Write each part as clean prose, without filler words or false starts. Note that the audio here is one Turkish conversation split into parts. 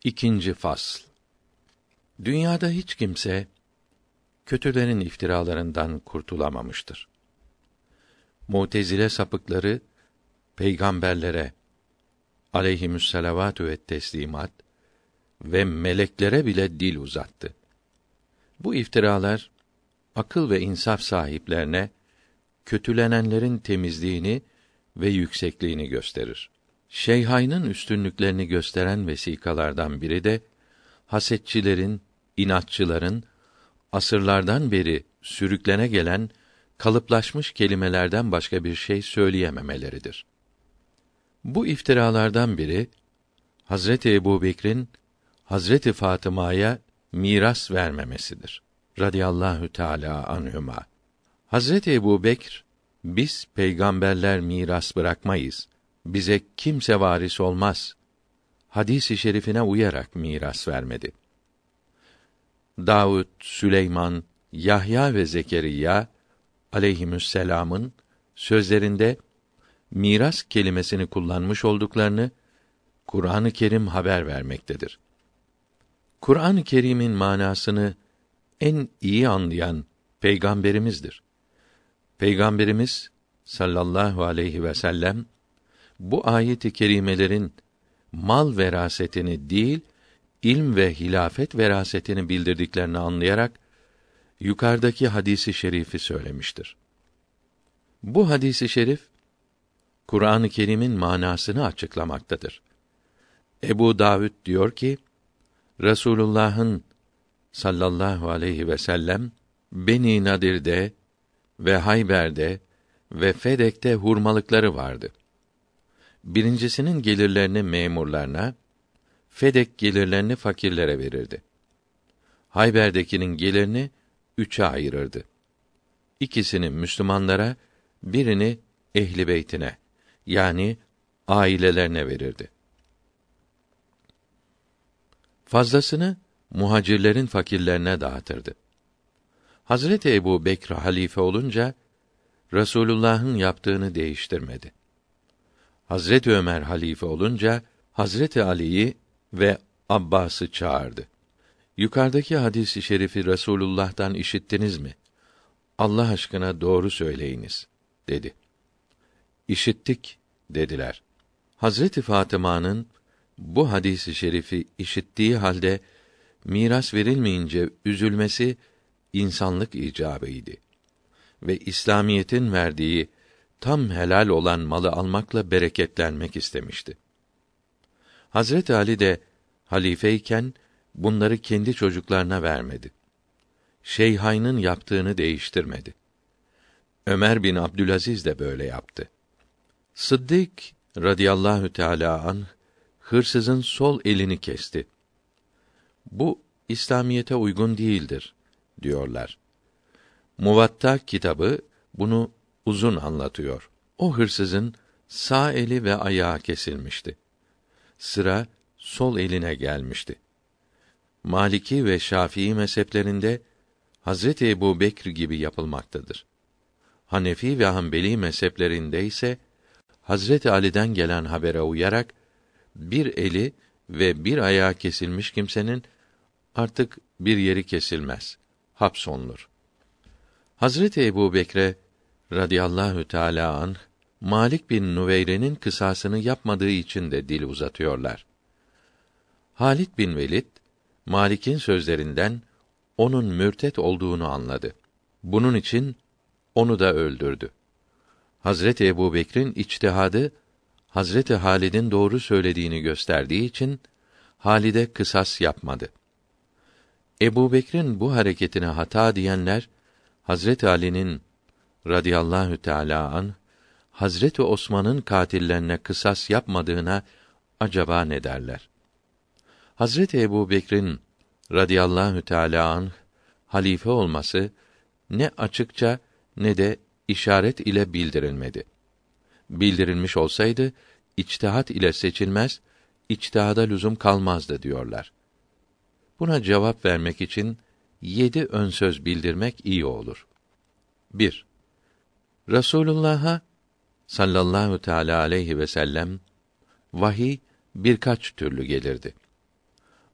İkinci fasl. Dünyada hiç kimse kötülerin iftiralarından kurtulamamıştır. Mutezile sapıkları peygamberlere aleyhimüsselavatü ve teslimat ve meleklere bile dil uzattı. Bu iftiralar akıl ve insaf sahiplerine kötülenenlerin temizliğini ve yüksekliğini gösterir. Şeyhaynın üstünlüklerini gösteren vesikalardan biri de hasetçilerin, inatçıların asırlardan beri sürüklene gelen kalıplaşmış kelimelerden başka bir şey söyleyememeleridir. Bu iftiralardan biri Hazreti Ebubekir'in Hazreti Fatıma'ya miras vermemesidir. Radiyallahu teâlâ anhuma. Hazreti Ebubekir, biz peygamberler miras bırakmayız, bize kimse varis olmaz hadis-i şerifine uyarak miras vermedi. Davud, Süleyman, Yahya ve Zekeriya aleyhimüsselam'ın sözlerinde miras kelimesini kullanmış olduklarını Kur'an-ı Kerim haber vermektedir. Kur'an-ı Kerim'in manasını en iyi anlayan peygamberimizdir. Peygamberimiz sallallahu aleyhi ve sellem bu ayet-i kerimelerin mal verasetini değil, ilm ve hilafet verasetini bildirdiklerini anlayarak yukarıdaki hadisi şerifi söylemiştir. Bu hadisi şerif Kur'an-ı Kerim'in manasını açıklamaktadır. Ebu Davud diyor ki, Resulullah'ın sallallahu aleyhi ve sellem Beni Nadir'de ve Hayber'de ve Fedek'te hurmalıkları vardı. Birincisinin gelirlerini memurlarına, Fedek gelirlerini fakirlere verirdi. Hayber'dekinin gelirini 3'e ayırırdı. İkisini Müslümanlara, birini ehli beytine, yani ailelerine verirdi. Fazlasını muhacirlerin fakirlerine dağıtırdı. Hazreti Ebubekir halife olunca Resulullah'ın yaptığını değiştirmedi. Hazreti Ömer halife olunca Hazreti Ali'yi ve Abbas'ı çağırdı. Yukarıdaki hadis-i şerifi Resulullah'tan işittiniz mi? Allah aşkına doğru söyleyiniz, dedi. İşittik, dediler. Hazreti Fatıma'nın bu hadis-i şerifi işittiği halde miras verilmeyince üzülmesi insanlık icabıydı ve İslamiyetin verdiği tam helal olan malı almakla bereketlenmek istemişti. Hazreti Ali de halifeyken bunları kendi çocuklarına vermedi. Şeyhayn'ın yaptığını değiştirmedi. Ömer bin Abdülaziz de böyle yaptı. Sıddık radıyallahu teâlâ anh hırsızın sol elini kesti. Bu İslamiyete uygun değildir diyorlar. Muvatta kitabı bunu uzun anlatıyor. O hırsızın sağ eli ve ayağı kesilmişti. Sıra sol eline gelmişti. Maliki ve Şafii mezheplerinde Hazreti Ebubekir gibi yapılmaktadır. Hanefi ve Hanbeli mezheplerinde ise Hazreti Ali'den gelen habere uyarak bir eli ve bir ayağı kesilmiş kimsenin artık bir yeri kesilmez, hapsolunur. Hazreti Ebubekir'e radıyallahu teâlâ anh, Malik bin Nüveyre'nin kısasını yapmadığı için de dil uzatıyorlar. Halid bin Velid, Malik'in sözlerinden onun mürtet olduğunu anladı. Bunun için onu da öldürdü. Hazreti Ebubekir'in içtihadı Hazreti Halid'in doğru söylediğini gösterdiği için Halid'e kısas yapmadı. Ebubekir'in bu hareketine hata diyenler Hazreti Ali'nin radıyallahu teâlâ anh Hazreti Osman'ın katillerine kısas yapmadığına acaba ne derler? Hazreti Ebubekir'in radıyallahu teâlâ anh halife olması ne açıkça ne de işaret ile bildirilmedi. Bildirilmiş olsaydı içtihat ile seçilmez, içtihada lüzum kalmazdı diyorlar. Buna cevap vermek için 7 ön söz bildirmek iyi olur. 1. Resulullah'a sallallahu teâlâ aleyhi ve sellem vahiy birkaç türlü gelirdi.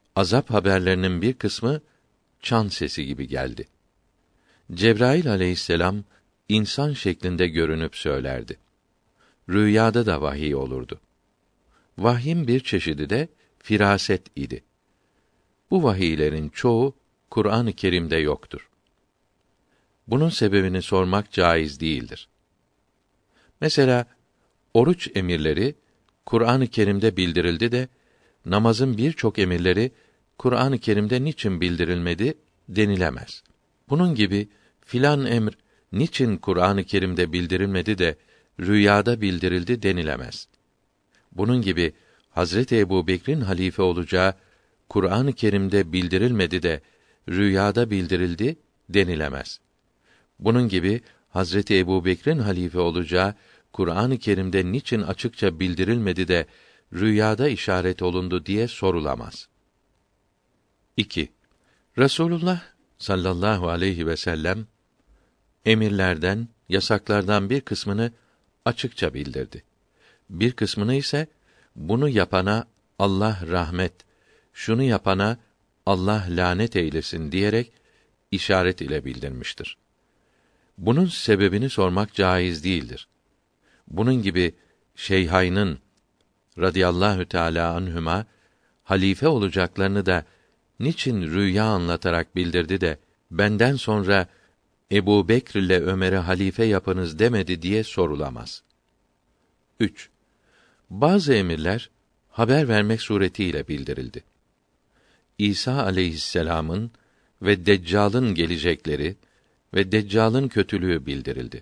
azap haberlerinin bir kısmı çan sesi gibi geldi. Cebrail aleyhisselam insan şeklinde görünüp söylerdi. Rüyada da vahiy olurdu. Vahyin bir çeşidi de firaset idi. Bu vahiylerin çoğu Kur'an-ı Kerim'de yoktur. Bunun sebebini sormak caiz değildir. Mesela oruç emirleri Kur'an-ı Kerim'de bildirildi de namazın birçok emirleri Kur'an-ı Kerim'de niçin bildirilmedi denilemez. Bunun gibi filan emr niçin Kur'an-ı Kerim'de bildirilmedi de rüyada bildirildi denilemez. Bunun gibi Hazreti Ebubekir'in halife olacağı Kur'an-ı Kerim'de bildirilmedi de rüyada bildirildi denilemez. Bunun gibi Hazreti Ebubekir'in halife olacağı Kur'an-ı Kerim'de niçin açıkça bildirilmedi de rüyada işaret olundu diye sorulamaz. 2. Resulullah sallallahu aleyhi ve sellem emirlerden, yasaklardan bir kısmını açıkça bildirdi. Bir kısmını ise bunu yapana Allah rahmet, şunu yapana Allah lanet eylesin diyerek işaret ile bildirmiştir. Bunun sebebini sormak caiz değildir. Bunun gibi Şeyhayn'ın radıyallahu teâlâ anhüma halife olacaklarını da niçin rüya anlatarak bildirdi de benden sonra Ebubekr ile Ömer'i halife yapınız demedi diye sorulamaz. 3. Bazı emirler haber vermek suretiyle bildirildi. İsa aleyhisselam'ın ve Deccal'ın gelecekleri ve Deccal'ın kötülüğü bildirildi.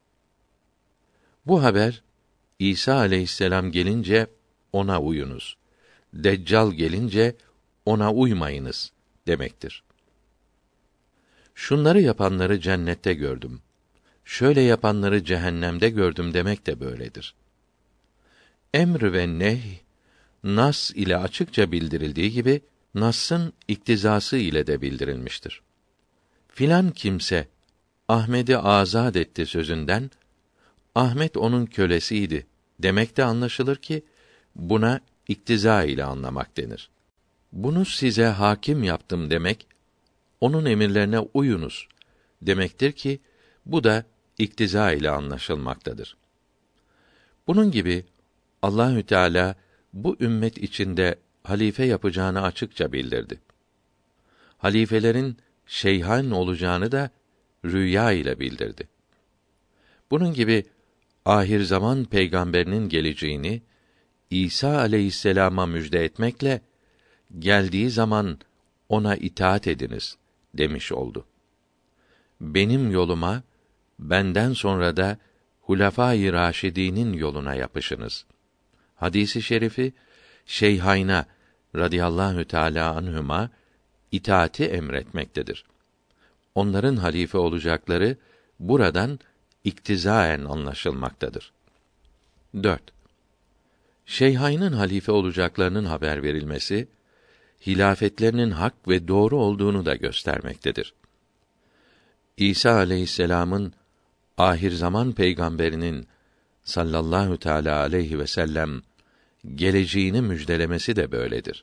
Bu haber İsa aleyhisselam gelince ona uyunuz. Deccal gelince ona uymayınız demektir. Şunları yapanları cennette gördüm. Şöyle yapanları cehennemde gördüm demek de böyledir. Emr ve nehy nas ile açıkça bildirildiği gibi Nas'ın iktizası ile de bildirilmiştir. Filan kimse Ahmet'i azad etti sözünden Ahmet onun kölesiydi demek de anlaşılır ki buna iktiza ile anlamak denir. Bunu size hakim yaptım demek onun emirlerine uyunuz demektir ki bu da iktiza ile anlaşılmaktadır. Bunun gibi Allahü Teala bu ümmet içinde halife yapacağını açıkça bildirdi. Halifelerin şeyhan olacağını da rüya ile bildirdi. Bunun gibi ahir zaman peygamberinin geleceğini İsa aleyhisselama müjde etmekle geldiği zaman ona itaat ediniz demiş oldu. Benim yoluma benden sonra da Hulefâ-i Raşidîn'in yoluna yapışınız. Hadisi şerifi Şeyhayn'a radıyallahu teâlâ anhüma itaati emretmektedir. Onların halife olacakları buradan iktizaen anlaşılmaktadır. 4. Şeyhayn'ın halife olacaklarının haber verilmesi hilafetlerinin hak ve doğru olduğunu da göstermektedir. İsa aleyhisselam'ın ahir zaman peygamberinin sallallahu teâlâ aleyhi ve sellem geleceğini müjdelemesi de böyledir.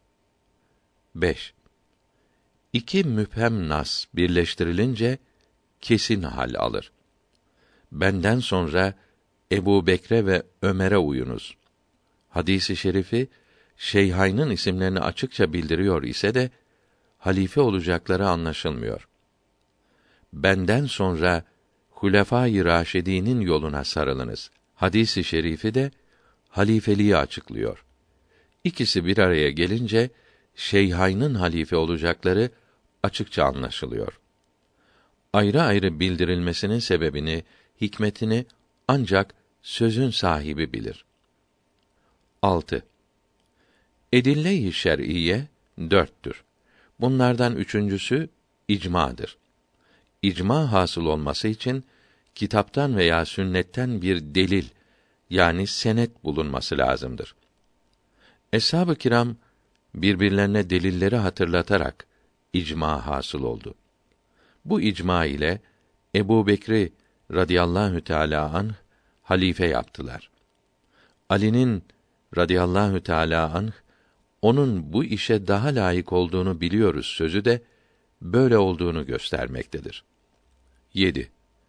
5. İki müphem nas birleştirilince kesin hal alır. Benden sonra Ebubekre ve Ömer'e uyunuz. Hadisi şerifi Şeyhayn'ın isimlerini açıkça bildiriyor ise de halife olacakları anlaşılmıyor. Benden sonra Hulefâ-i Raşidîn'in yoluna sarılınız. Hadisi şerifi de halifeliği açıklıyor. İkisi bir araya gelince Şeyhayn'ın halife olacakları açıkça anlaşılıyor. Ayrı ayrı bildirilmesinin sebebini, hikmetini ancak sözün sahibi bilir. 6. Edille-i şer'iyye 4'tür. Bunlardan üçüncüsü icmadır. İcma hasıl olması için kitaptan veya sünnetten bir delil yani senet bulunması lazımdır. Eshab-ı kiram birbirlerine delilleri hatırlatarak icma hasıl oldu. Bu icma ile Ebubekir'i radıyallahu teâlâ anh halife yaptılar. Ali'nin radıyallahu teâlâ anh onun bu işe daha layık olduğunu biliyoruz sözü de böyle olduğunu göstermektedir. 7.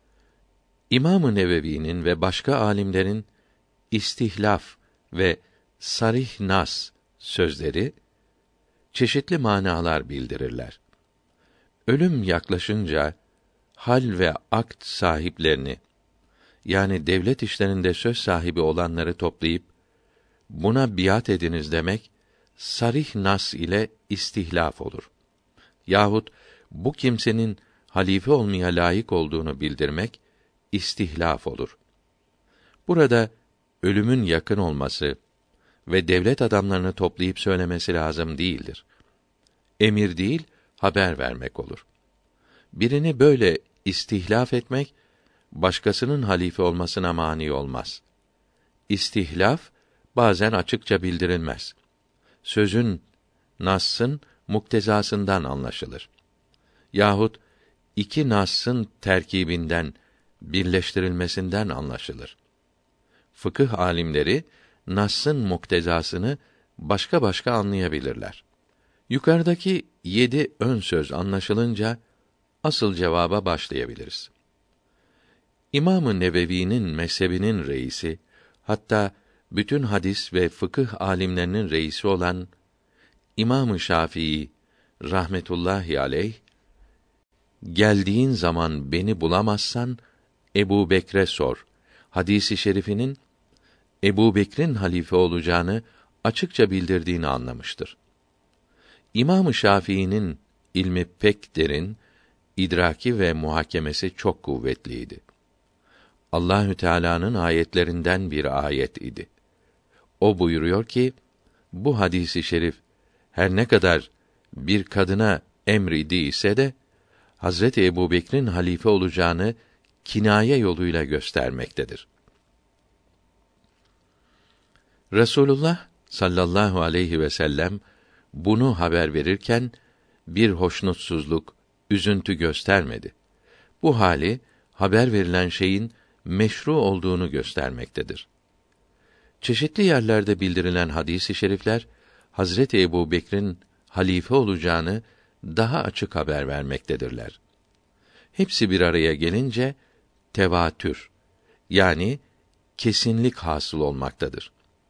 İmam-ı Nevevi'nin ve başka alimlerin istihlaf ve sarih nas sözleri çeşitli manalar bildirirler. Ölüm yaklaşınca hal ve akt sahiplerini, yani devlet işlerinde söz sahibi olanları toplayıp buna biat ediniz demek sarih nas ile istihlaf olur. Yahut bu kimsenin halife olmaya layık olduğunu bildirmek istihlaf olur. Burada ölümün yakın olması ve devlet adamlarını toplayıp söylemesi lazım değildir. Emir değil, haber vermek olur. Birini böyle istihlaf etmek, başkasının halife olmasına mani olmaz. İstihlaf, bazen açıkça bildirilmez. Sözün, nassın muktezasından anlaşılır. Yahut iki nassın terkibinden, birleştirilmesinden anlaşılır. Fıkıh alimleri, nassın muktezasını başka başka anlayabilirler. Yukarıdaki 7 ön söz anlaşılınca, asıl cevaba başlayabiliriz. İmam-ı Nevevi'nin mezhebinin reisi, hatta bütün hadis ve fıkıh alimlerinin reisi olan İmam-ı Şafii rahmetullahi aleyh, geldiğin zaman beni bulamazsan Ebu Bekre sor hadisi şerifinin Ebu Bekir'in halife olacağını açıkça bildirdiğini anlamıştır. İmam-ı Şafii'nin ilmi pek derin, idraki ve muhakemesi çok kuvvetliydi. Allahü Teala'nın ayetlerinden bir ayet idi. O buyuruyor ki, bu hadisi şerif her ne kadar bir kadına emridi ise de Hazreti Ebubekir'in halife olacağını kinaye yoluyla göstermektedir. Resulullah sallallahu aleyhi ve sellem bunu haber verirken bir hoşnutsuzluk, üzüntü göstermedi. Bu hali haber verilen şeyin meşru olduğunu göstermektedir. Çeşitli yerlerde bildirilen hadis-i şerifler Hazreti Ebubekir'in halife olacağını daha açık haber vermektedirler. Hepsi bir araya gelince tevatür, yani kesinlik hasıl olmaktadır.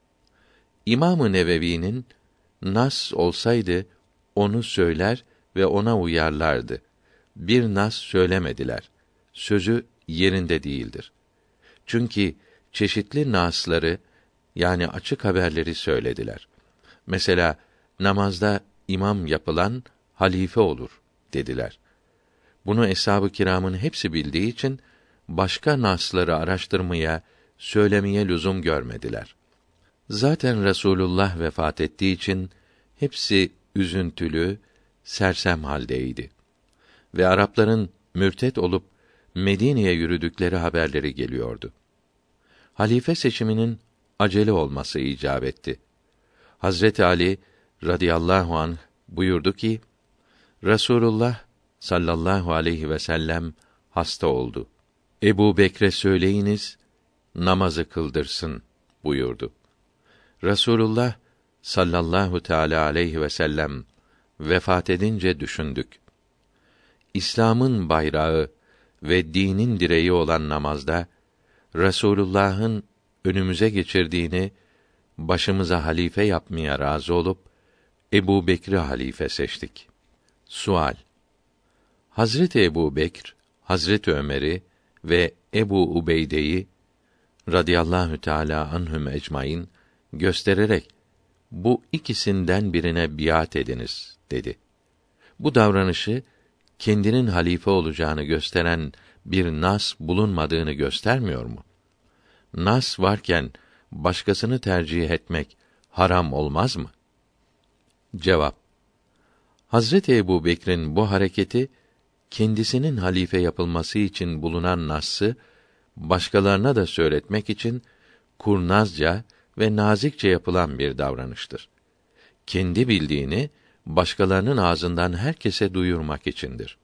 İmam-ı Nevevi'nin nas olsaydı onu söyler ve ona uyarlardı. Bir nas söylemediler. Sözü yerinde değildir. Çünkü çeşitli nasları, yani açık haberleri söylediler. Mesela namazda imam yapılan halife olur dediler. Bunu eshab-ı kiramın hepsi bildiği için başka nasları araştırmaya, söylemeye lüzum görmediler. Zaten Resulullah vefat ettiği için hepsi üzüntülü, sersem haldeydi. Ve Arapların mürtet olup Medine'ye yürüdükleri haberleri geliyordu. Halife seçiminin acele olması icap etti. Hazreti Ali radıyallahu anh buyurdu ki, Resulullah sallallahu aleyhi ve sellem hasta oldu. Ebu Bekre söyleyiniz, namazı kıldırsın buyurdu. Resulullah sallallahu teâlâ aleyhi ve sellem vefat edince düşündük. İslam'ın bayrağı ve dinin direği olan namazda Resulullah'ın önümüze geçirdiğini başımıza halife yapmaya razı olup Ebu Bekir'i halife seçtik. Sual: Hazreti Ebubekir, Hazreti Ömer'i ve Ebu Ubeyde'yi radıyallahu teâlâ anhum ecmaîn göstererek bu ikisinden birine biat ediniz dedi. Bu davranışı kendinin halife olacağını gösteren bir nas bulunmadığını göstermiyor mu? Nas varken başkasını tercih etmek haram olmaz mı? Cevap: Hazreti Ebubekir'in bu hareketi kendisinin halife yapılması için bulunan nası başkalarına da söyletmek için kurnazca ve nazikçe yapılan bir davranıştır. Kendi bildiğini başkalarının ağzından herkese duyurmak içindir.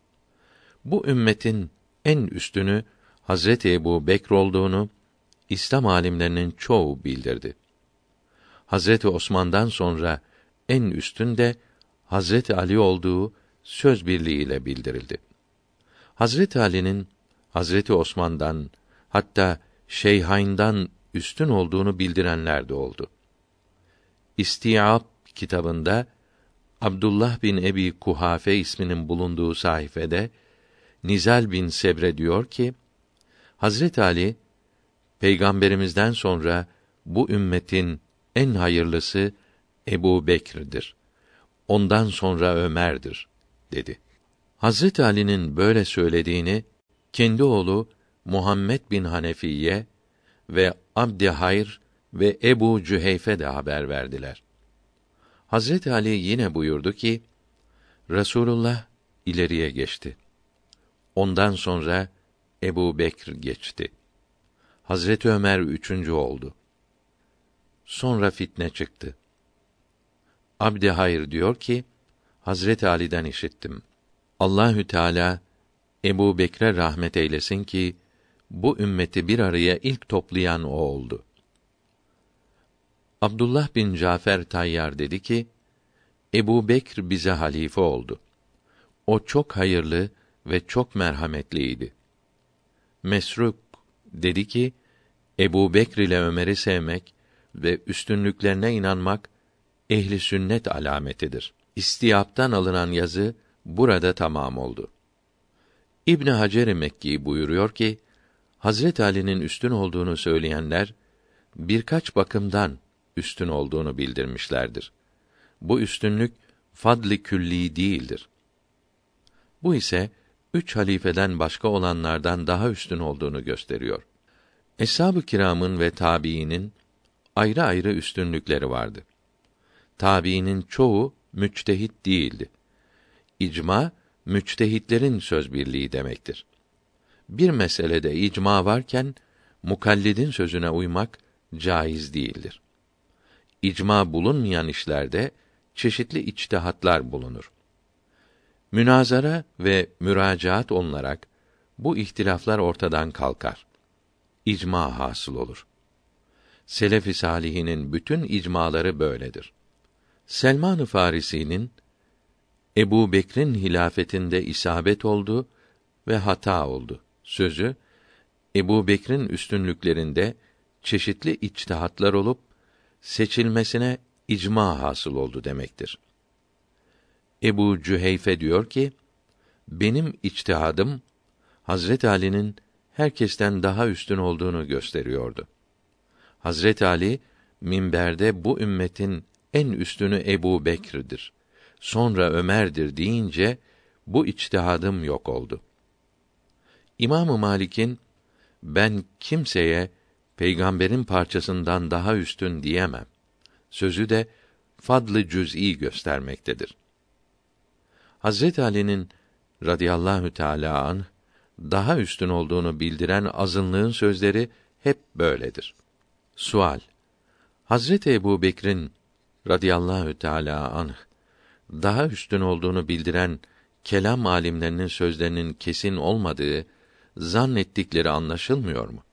Bu ümmetin en üstünü Hazreti Ebubekir olduğunu İslam alimlerinin çoğu bildirdi. Hazreti Osman'dan sonra en üstün de Hazreti Ali olduğu söz birliğiyle bildirildi. Hazreti Ali'nin Hazreti Osman'dan, hatta Şeyhayn'dan üstün olduğunu bildirenler de oldu. İsti'ab kitabında Abdullah bin Ebi Kuhafe isminin bulunduğu sayfede Nizal bin Sebre diyor ki, Hazreti Ali, Peygamberimizden sonra bu ümmetin en hayırlısı Ebu Bekir'dir. Ondan sonra Ömer'dir, dedi. Hazreti Ali'nin böyle söylediğini, kendi oğlu Muhammed bin Hanefiye ve Abd-i Hayr ve Ebu Cüheyfe de haber verdiler. Hazreti Ali yine buyurdu ki, Resulullah ileriye geçti. Ondan sonra Ebu Bekr geçti. Hazreti Ömer üçüncü oldu. Sonra fitne çıktı. Abd-i Hayr diyor ki, Hazreti Ali'den işittim. Allahü Teala Ebu Bekre rahmet eylesin ki bu ümmeti bir araya ilk toplayan o oldu. Abdullah bin Cafer Tayyar dedi ki, Ebu Bekr bize halife oldu. O çok hayırlı ve çok merhametliydi. Mesruk dedi ki, Ebu Bekr ile Ömer'i sevmek ve üstünlüklerine inanmak ehli sünnet alametidir. İstiyaptan alınan yazı burada tamam oldu. İbn Hacer Mekki buyuruyor ki, Hazret Ali'nin üstün olduğunu söyleyenler birkaç bakımdan üstün olduğunu bildirmişlerdir. Bu üstünlük fadl-i külli değildir. Bu ise 3 halifeden başka olanlardan daha üstün olduğunu gösteriyor. Eshab-ı kiramın ve tabiinin ayrı ayrı üstünlükleri vardı. Tabiinin çoğu müçtehit değildi. İcma, müçtehitlerin söz birliği demektir. Bir meselede icma varken, mukallidin sözüne uymak caiz değildir. İcma bulunmayan işlerde çeşitli içtihatlar bulunur. Münazara ve müracaat olunarak bu ihtilaflar ortadan kalkar. İcma hasıl olur. Selef-i salihinin bütün icmaları böyledir. Selman-ı Farisi'nin Ebu Bekr'in hilafetinde isabet oldu ve hata oldu sözü, Ebu Bekr'in üstünlüklerinde çeşitli içtihatlar olup seçilmesine icma hasıl oldu demektir. Ebu Cüheyfe diyor ki, benim içtihadım Hazret Ali'nin herkesten daha üstün olduğunu gösteriyordu. Hazret Ali minberde bu ümmetin en üstünü Ebu Bekir'dir, sonra Ömer'dir deyince bu içtihadım yok oldu. İmam-ı Malik'in ben kimseye peygamberin parçasından daha üstün diyemem sözü de fadl-ı cüz'i göstermektedir. Hazret Ali'nin radıyallahu teâlâ anh daha üstün olduğunu bildiren azınlığın sözleri hep böyledir. Sual: Hazreti Ebubekr'in radıyallahu teâlâ anh daha üstün olduğunu bildiren kelam alimlerinin sözlerinin kesin olmadığı zannettikleri anlaşılmıyor mu?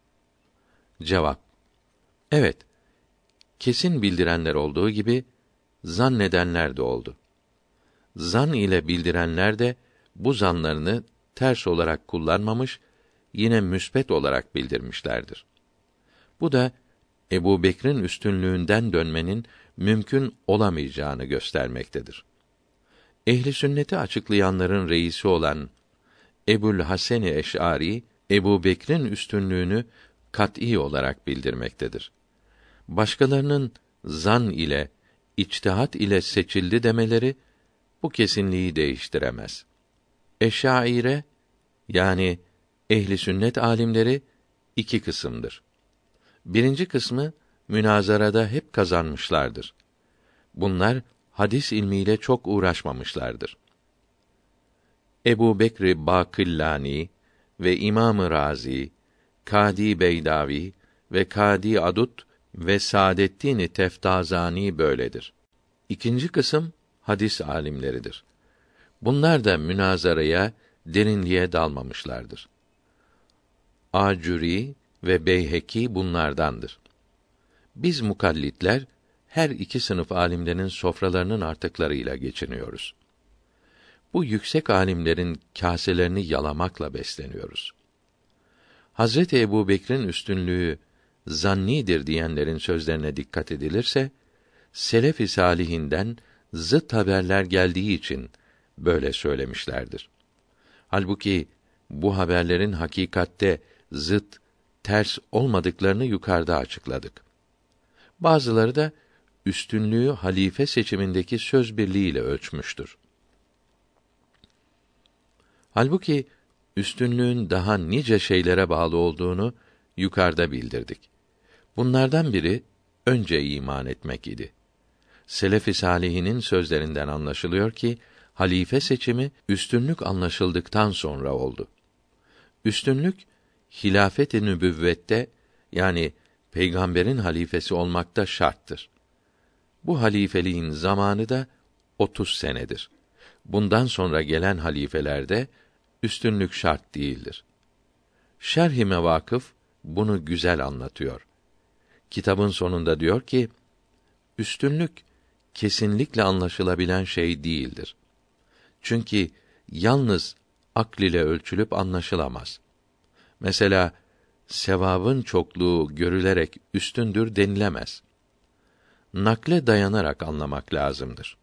Cevap: Evet. Kesin bildirenler olduğu gibi zannedenler de oldu. Zan ile bildirenler de bu zanlarını ters olarak kullanmamış, yine müsbet olarak bildirmişlerdir. Bu da Ebu Bekr'in üstünlüğünden dönmenin mümkün olamayacağını göstermektedir. Ehli sünneti açıklayanların reisi olan Ebul Hasan-ı Eş'ari, Ebu Bekr'in üstünlüğünü kat'î olarak bildirmektedir. Başkalarının zan ile, içtihat ile seçildi demeleri bu kesinliği değiştiremez. Eş'aire yani ehli sünnet alimleri iki kısımdır. Birinci kısmı münazarada hep kazanmışlardır. Bunlar hadis ilmiyle çok uğraşmamışlardır. Ebu Bekr Bakillani ve İmam-ı Razi, Kâdi Beydavi ve Kâdi Adut ve Saadettin Teftazani böyledir. İkinci kısım hadis alimleridir. Bunlar da münazaraya, derinliğe dalmamışlardır. Acuri ve Beyheki bunlardandır. Biz mukallitler her iki sınıf alimlerin sofralarının artıklarıyla geçiniyoruz. Bu yüksek alimlerin kâselerini yalamakla besleniyoruz. Hazreti Ebubekir'in üstünlüğü zannidir diyenlerin sözlerine dikkat edilirse, selef-i salihinden zıt haberler geldiği için böyle söylemişlerdir. Halbuki bu haberlerin hakikatte zıt, ters olmadıklarını yukarıda açıkladık. Bazıları da üstünlüğü halife seçimindeki söz birliğiyle ölçmüştür. Halbuki üstünlüğün daha nice şeylere bağlı olduğunu yukarıda bildirdik. Bunlardan biri önce iman etmek idi. Selef-i sâlihinin sözlerinden anlaşılıyor ki halife seçimi üstünlük anlaşıldıktan sonra oldu. Üstünlük hilafet-i nübüvvette yani peygamberin halifesi olmakta şarttır. Bu halifeliğin zamanı da 30 senedir. Bundan sonra gelen halifelerde üstünlük şart değildir. Şerh-i Mevâkıf bunu güzel anlatıyor. Kitabın sonunda diyor ki, üstünlük kesinlikle anlaşılabilen şey değildir. Çünkü yalnız akl ile ölçülüp anlaşılamaz. Mesela sevabın çokluğu görülerek üstündür denilemez. Nakle dayanarak anlamak lazımdır.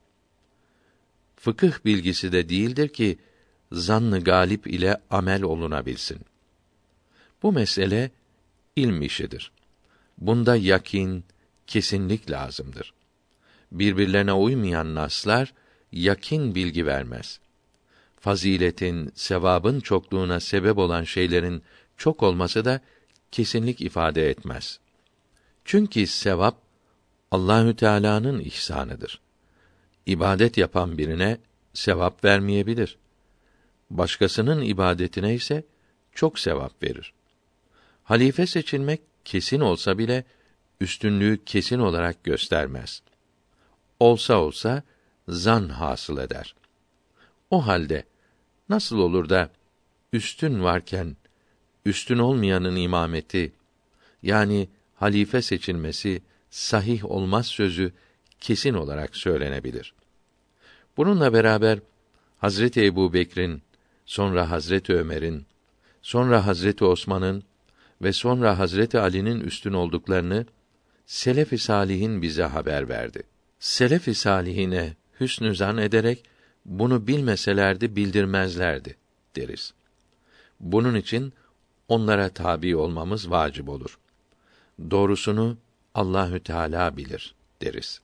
Fıkıh bilgisi de değildir ki zan-ı galip ile amel olunabilsin. Bu mesele ilm işidir. Bunda yakin, kesinlik lazımdır. Birbirlerine uymayan naslar yakin bilgi vermez. Faziletin, sevabın çokluğuna sebep olan şeylerin çok olması da kesinlik ifade etmez. Çünkü sevap Allahü Teala'nın ihsanıdır. İbadet yapan birine sevap vermeyebilir. Başkasının ibadetine ise çok sevap verir. Halife seçilmek kesin olsa bile üstünlüğü kesin olarak göstermez. Olsa zan hasıl eder. O halde nasıl olur da üstün varken üstün olmayanın imameti yani halife seçilmesi sahih olmaz sözü kesin olarak söylenebilir. Bununla beraber Hazreti Ebubekir'in, sonra Hazreti Ömer'in, sonra Hazreti Osman'ın ve sonra Hazreti Ali'nin üstün olduklarını selef-i salihin bize haber verdi. Selef-i salihine hüsnü zan ederek bunu bilmeselerdi bildirmezlerdi deriz. Bunun için onlara tabi olmamız vacip olur. Doğrusunu Allahü Teala bilir deriz.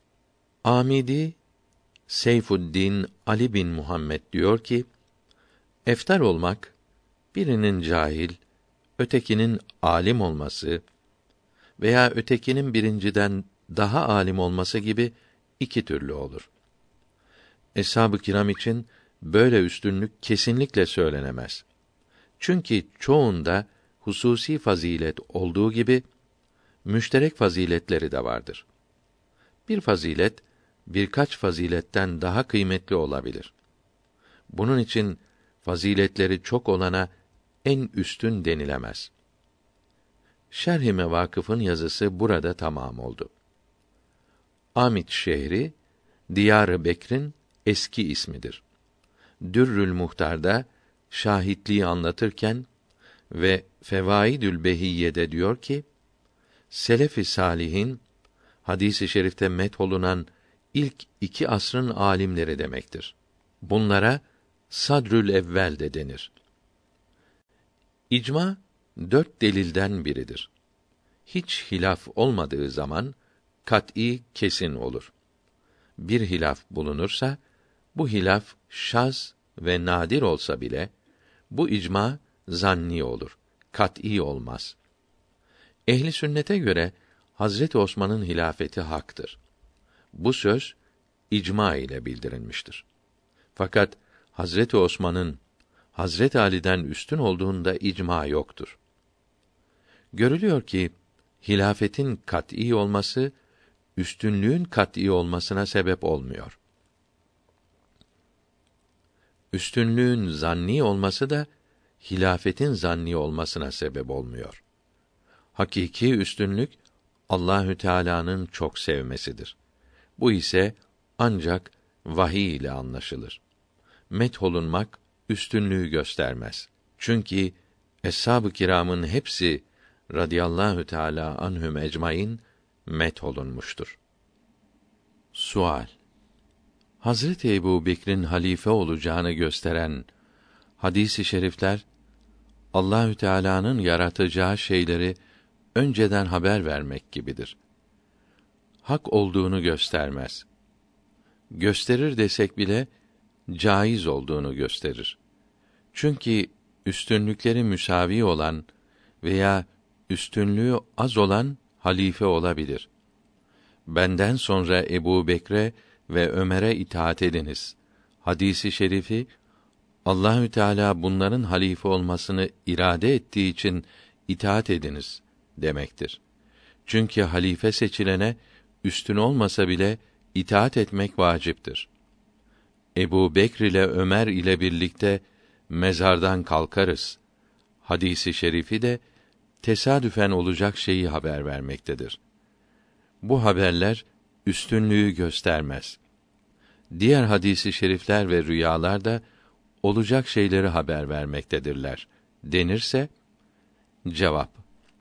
Amidi Seyfuddin Ali bin Muhammed diyor ki, eftar olmak birinin cahil, ötekinin alim olması veya ötekinin birinciden daha alim olması gibi iki türlü olur. Eshab-ı kiram için böyle üstünlük kesinlikle söylenemez. Çünkü çoğunda hususi fazilet olduğu gibi müşterek faziletleri de vardır. Bir fazilet birkaç faziletten daha kıymetli olabilir. Bunun için faziletleri çok olana en üstün denilemez. Şerh-i Mevâkıf'ın yazısı burada tamam oldu. Amit şehri Diyar-ı Bekr'in eski ismidir. Dürrül Muhtar'da şahitliği anlatırken ve Fevaidül Behiyye'de diyor ki, selef-i salihin hadis-i şerifte metholunan ilk 2 asrın alimleri demektir. Bunlara Sadrül Evvel de denir. İcma 4 delilden biridir. Hiç hilaf olmadığı zaman kat'î kesin olur. Bir hilaf bulunursa bu hilaf şaz ve nadir olsa bile bu icma zanni olur. Kat'î olmaz. Ehli sünnete göre Hazreti Osman'ın hilafeti haktır. Bu söz icma ile bildirilmiştir. Fakat Hazreti Osman'ın Hazreti Ali'den üstün olduğunda icma yoktur. Görülüyor ki hilafetin kat'î olması üstünlüğün kat'î olmasına sebep olmuyor. Üstünlüğün zanni olması da hilafetin zanni olmasına sebep olmuyor. Hakiki üstünlük Allahü Teala'nın çok sevmesidir. Bu ise ancak vahiy ile anlaşılır. Metholunmak üstünlüğü göstermez. Çünkü eshab-ı kiramın hepsi radıyallahu teâlâ anhum ecmaîn metholunmuştur. Sual: Hazreti Ebubekir'in halife olacağını gösteren hadis-i şerifler Allahü Teala'nın yaratacağı şeyleri önceden haber vermek gibidir. Hak olduğunu göstermez. Gösterir desek bile caiz olduğunu gösterir. Çünkü üstünlükleri müsavi olan veya üstünlüğü az olan halife olabilir. Benden sonra Ebubekir'e ve Ömer'e itaat ediniz hadisi şerifi Allahü Teala bunların halife olmasını irade ettiği için itaat ediniz demektir. Çünkü halife seçilene üstün olmasa bile itaat etmek vaciptir. Ebubekir ile Ömer ile birlikte mezardan kalkarız hadisi şerifi de tesadüfen olacak şeyi haber vermektedir. Bu haberler üstünlüğü göstermez. Diğer hadisi şerifler ve rüyalar da olacak şeyleri haber vermektedirler denirse, cevap: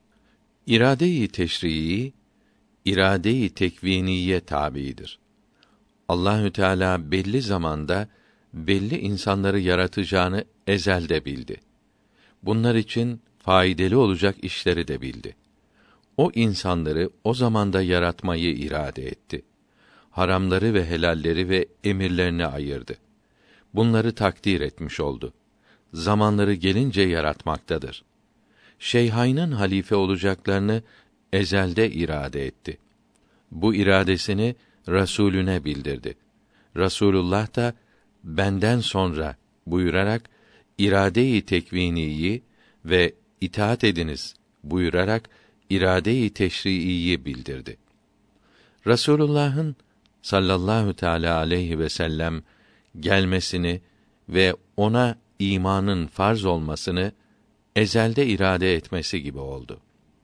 İrade-i teşrii, irade-i tekviniye tabiidir. Allahü Teala belli zamanda belli insanları yaratacağını ezelde bildi. Bunlar için faydalı olacak işleri de bildi. O insanları o zamanda yaratmayı irade etti. Haramları ve helalleri ve emirlerini ayırdı. Bunları takdir etmiş oldu. Zamanları gelince yaratmaktadır. Şeyhayn'ın halife olacaklarını ezelde irade etti. Bu iradesini Resulüne bildirdi. Resulullah da benden sonra buyurarak irade-i tekviniyi ve itaat ediniz buyurarak irade-i teşriiyi bildirdi. Resulullah'ın sallallahu teâlâ aleyhi ve sellem gelmesini ve ona imanın farz olmasını ezelde irade etmesi gibi oldu.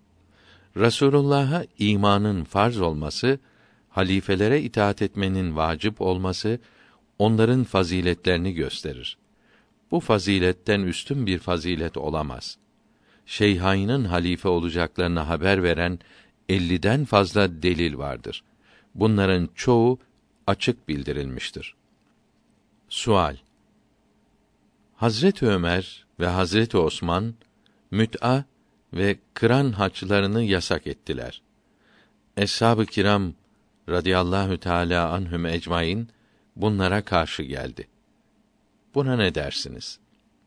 Resulullah'a imanın farz olması, halifelere itaat etmenin vacip olması, onların faziletlerini gösterir. Bu faziletten üstün bir fazilet olamaz. Şeyhayn'ın halife olacaklarını haber veren 50'den fazla delil vardır. Bunların çoğu açık bildirilmiştir. Sual: Hazreti Ömer ve Hazreti Osman müt'a ve kıran haçlarını yasak ettiler. Eshab-ı kiram radıyallahu teâlâ anhum ecmaîn bunlara karşı geldi. Buna ne dersiniz?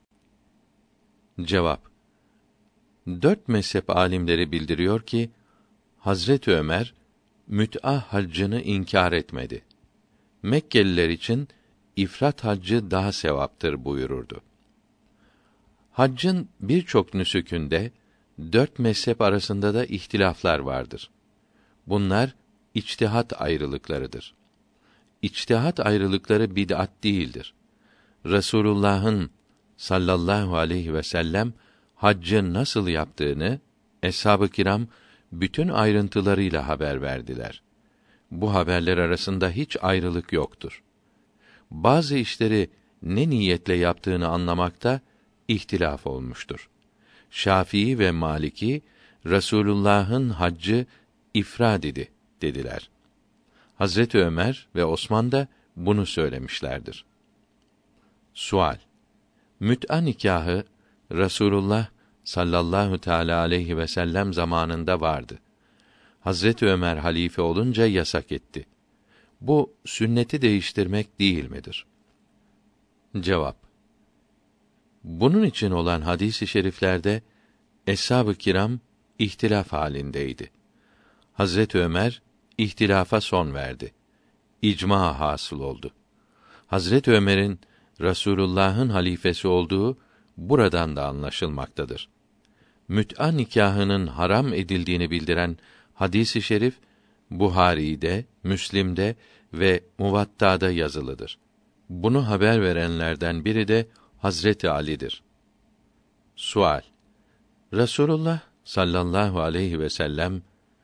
Cevap: 4 mezhep âlimleri bildiriyor ki Hazreti Ömer müt'a haccını inkar etmedi. Mekkeliler için ifrat haccı daha sevaptır buyururdu. Haccın birçok nüsükünde 4 mezhep arasında da ihtilaflar vardır. Bunlar içtihat ayrılıklarıdır. İçtihat ayrılıkları bid'at değildir. Resulullah'ın sallallahu aleyhi ve sellem haccı nasıl yaptığını eshab-ı kiram bütün ayrıntılarıyla haber verdiler. Bu haberler arasında hiç ayrılık yoktur. Bazı işleri ne niyetle yaptığını anlamakta ihtilaf olmuştur. Şafii ve Maliki Resulullah'ın haccı ifrad idi dediler. Hazreti Ömer ve Osman da bunu söylemişlerdir. Sual: Müt'a nikahı Resulullah sallallahu teâlâ aleyhi ve sellem zamanında vardı. Hazreti Ömer halife olunca yasak etti. Bu sünneti değiştirmek değil midir? Cevap: Bunun için olan hadis-i şeriflerde eshab-ı kiram ihtilaf halindeydi. Hazreti Ömer ihtilafa son verdi. İcma hasıl oldu. Hazreti Ömer'in Resulullah'ın halifesi olduğu buradan da anlaşılmaktadır. Müt'a nikahının haram edildiğini bildiren hadis-i şerif Buhari'de, Müslim'de ve Muvatta'da yazılıdır. Bunu haber verenlerden biri de Hazreti Ali'dir. Sual: Resulullah sallallahu aleyhi ve sellem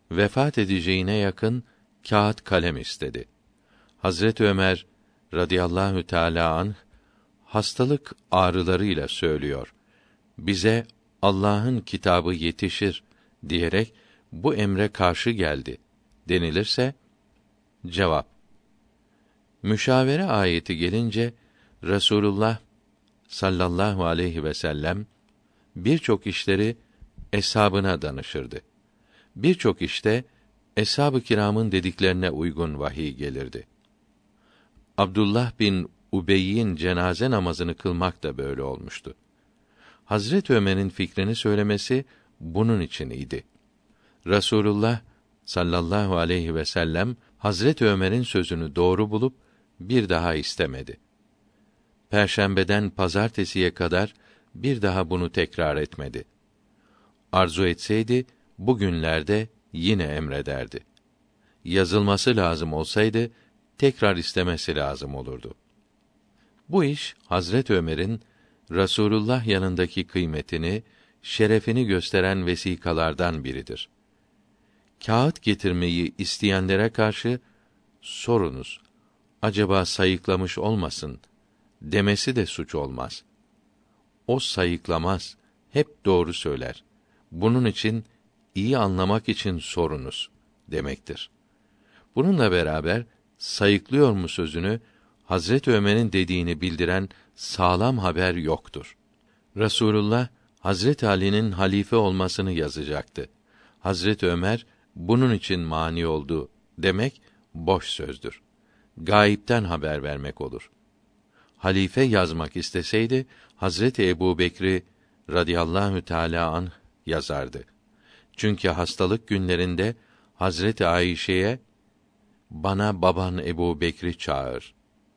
vefat edeceğine yakın kağıt kalem istedi. Hazret Ömer radıyallahu teâlâ anh, hastalık ağrılarıyla söylüyor, bize Allah'ın kitabı yetişir diyerek bu emre karşı geldi denilirse, cevap: müşavere ayeti gelince Resulullah sallallahu aleyhi ve sellem birçok işleri eshabına danışırdı. Birçok işte eshab-ı kiramın dediklerine uygun vahiy gelirdi. Abdullah bin Ubey'in cenaze namazını kılmak da böyle olmuştu. Hazret Ömer'in fikrini söylemesi bunun için idi. Resulullah sallallahu aleyhi ve sellem Hazret Ömer'in sözünü doğru bulup bir daha istemedi. Perşembeden pazartesiye kadar bir daha bunu tekrar etmedi. Arzu etseydi bugünlerde yine emrederdi. Yazılması lazım olsaydı tekrar istemesi lazım olurdu. Bu iş Hazret Ömer'in Rasulullah yanındaki kıymetini, şerefini gösteren vesikalardan biridir. Kağıt getirmeyi isteyenlere karşı sorunuz, acaba sayıklamış olmasın demesi de suç olmaz. O sayıklamaz, hep doğru söyler. Bunun için iyi anlamak için sorunuz demektir. Bununla beraber sayıklıyor mu sözünü Hazret Ömer'in dediğini bildiren sağlam haber yoktur. Resulullah Hazret Ali'nin halife olmasını yazacaktı. Hazret Ömer bunun için mani oldu demek boş sözdür. Gâipten haber vermek olur. Halife yazmak isteseydi Hazreti Ebubekir'i radıyallahu teâlâ anh yazardı. Çünkü hastalık günlerinde Hazreti Ayşe'ye bana baban Ebubekir'i çağır.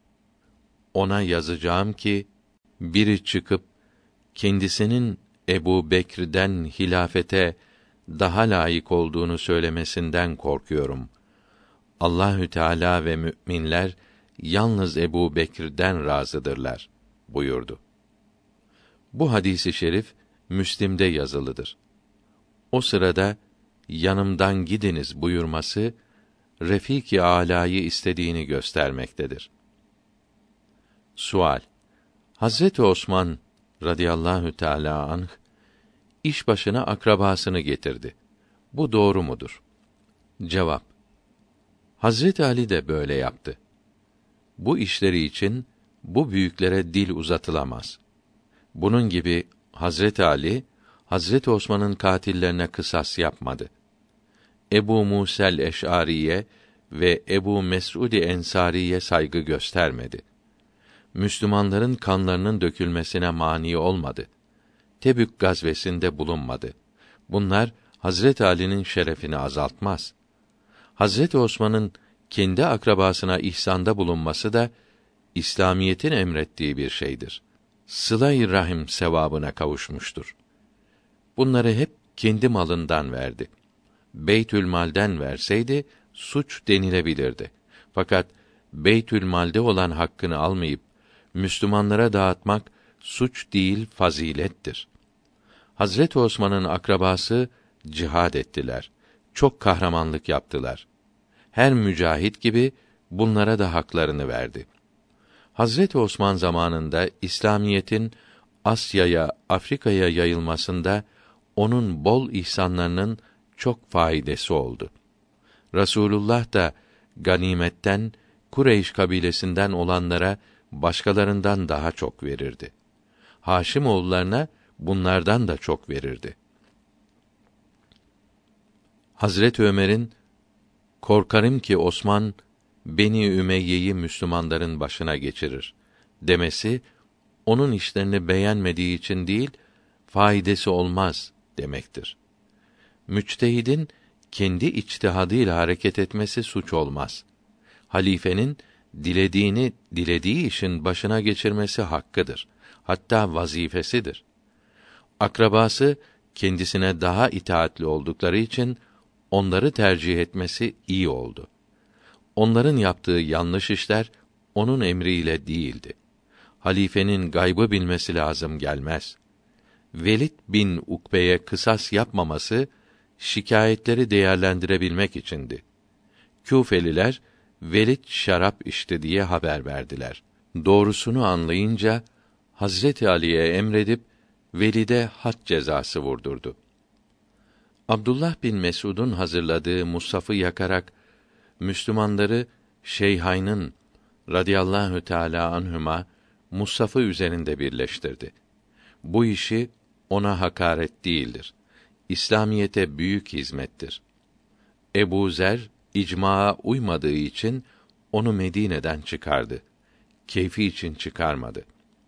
Ona yazacağım ki biri çıkıp kendisinin Ebubekir'den hilafete daha layık olduğunu söylemesinden korkuyorum. Allahü Teala ve müminler yalnız Ebubekir'den razıdırlar buyurdu. Bu hadisi şerif Müslim'de yazılıdır. O sırada yanımdan gidiniz buyurması Refîk-i Âlâ'yı istediğini göstermektedir. Sual: Hazreti Osman radıyallahu teâlâ anh iş başına akrabasını getirdi. Bu doğru mudur? Cevap: Hazreti Ali de böyle yaptı. Bu işleri için bu büyüklere dil uzatılamaz. Bunun gibi Hazreti Ali, Hazreti Osman'ın katillerine kısas yapmadı. Ebu Musa'l Eş'ariye ve Ebu Mes'ud Ensariye saygı göstermedi. Müslümanların kanlarının dökülmesine mani olmadı. Tebük gazvesinde bulunmadı. Bunlar Hazret Ali'nin şerefini azaltmaz. Hazreti Osman'ın kendi akrabasına ihsanda bulunması da İslamiyetin emrettiği bir şeydir. Sıla-i rahim sevabına kavuşmuştur. Bunları hep kendi malından verdi. Beytülmal'den verseydi suç denilebilirdi. Fakat Beytülmal'de olan hakkını almayıp Müslümanlara dağıtmak suç değil, fazilettir. Hazreti Osman'ın akrabası cihad ettiler. Çok kahramanlık yaptılar. Her mücahit gibi bunlara da haklarını verdi. Hazreti Osman zamanında İslamiyetin Asya'ya, Afrika'ya yayılmasında onun bol ihsanlarının çok faydası oldu. Rasulullah da ganimetten Kureyş kabilesinden olanlara başkalarından daha çok verirdi. Haşimoğullarına bunlardan da çok verirdi. Hazret Ömer'in korkarım ki Osman Beni Ümeyye'yi Müslümanların başına geçirir demesi onun işlerini beğenmediği için değil, faydası olmaz demektir. Müçtehidin kendi içtihadıyla hareket etmesi suç olmaz. Halifenin dilediği işin başına geçirmesi hakkıdır. Hatta vazifesidir. Akrabası kendisine daha itaatli oldukları için onları tercih etmesi iyi oldu. Onların yaptığı yanlış işler onun emriyle değildi. Halifenin gaybı bilmesi lazım gelmez. Velid bin Ukbe'ye kısas yapmaması şikayetleri değerlendirebilmek içindi. Küfeliler Velid şarap içti diye haber verdiler. Doğrusunu anlayınca Hazreti Ali'ye emredip Velid'e had cezası vurdurdu. Abdullah bin Mes'ud'un hazırladığı mushafı yakarak Müslümanları Şeyhayn'ın radıyallahu teâlâ anhüma mushafı üzerinde birleştirdi. Bu işi ona hakaret değildir. İslamiyete büyük hizmettir. Ebu Zer icmaa uymadığı için onu Medine'den çıkardı. Keyfi için çıkarmadı.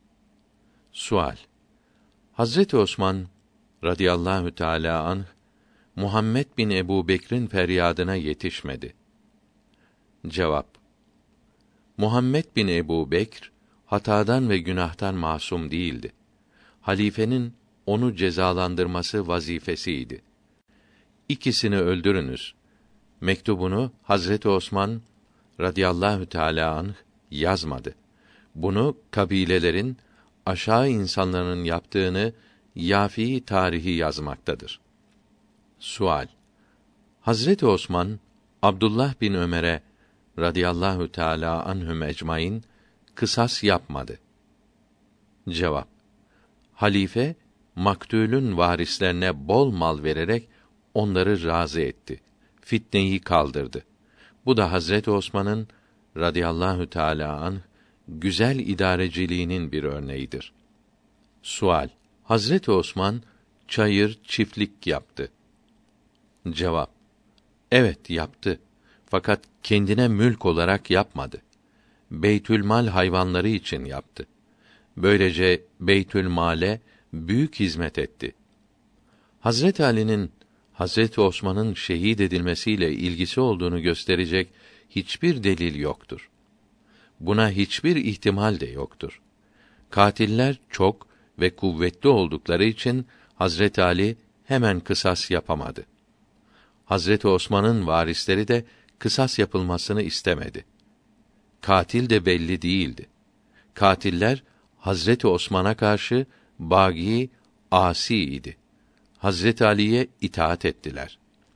Sual: Hazreti Osman radıyallahu teâlâ anh Muhammed bin Ebu Bekr'in feryadına yetişmedi. Cevap: Muhammed bin Ebu Bekr hatadan ve günahtan masum değildi. Halifenin onu cezalandırması vazifesiydi. İkisini öldürünüz mektubunu Hazreti Osman radıyallahu teâlâ anh yazmadı. Bunu kabilelerin aşağı insanların yaptığını Yâfî tarihi yazmaktadır. Sual: Hazreti Osman Abdullah bin Ömer'e radıyallahu teâlâ anhum ecmaîn kısas yapmadı. Cevap: Halife maktûlün varislerine bol mal vererek onları razı etti. Fitneyi kaldırdı. Bu da Hazreti Osman'ın radıyallahu teâlâ anh güzel idareciliğinin bir örneğidir. Sual: Hazreti Osman çayır, çiftlik yaptı. Cevap: Evet yaptı. Fakat kendine mülk olarak yapmadı. Beytülmal hayvanları için yaptı. Böylece Beytülmal'e büyük hizmet etti. Hazreti Ali'nin Hazreti Osman'ın şehit edilmesiyle ilgisi olduğunu gösterecek hiçbir delil yoktur. Buna hiçbir ihtimal de yoktur. Katiller çok ve kuvvetli oldukları için Hazreti Ali hemen kısas yapamadı. Hazreti Osman'ın varisleri de kısas yapılmasını istemedi. Katil de belli değildi. Katiller Hazreti Osman'a karşı bâgî, âsî idi. Hazreti Ali'ye itaat ettiler.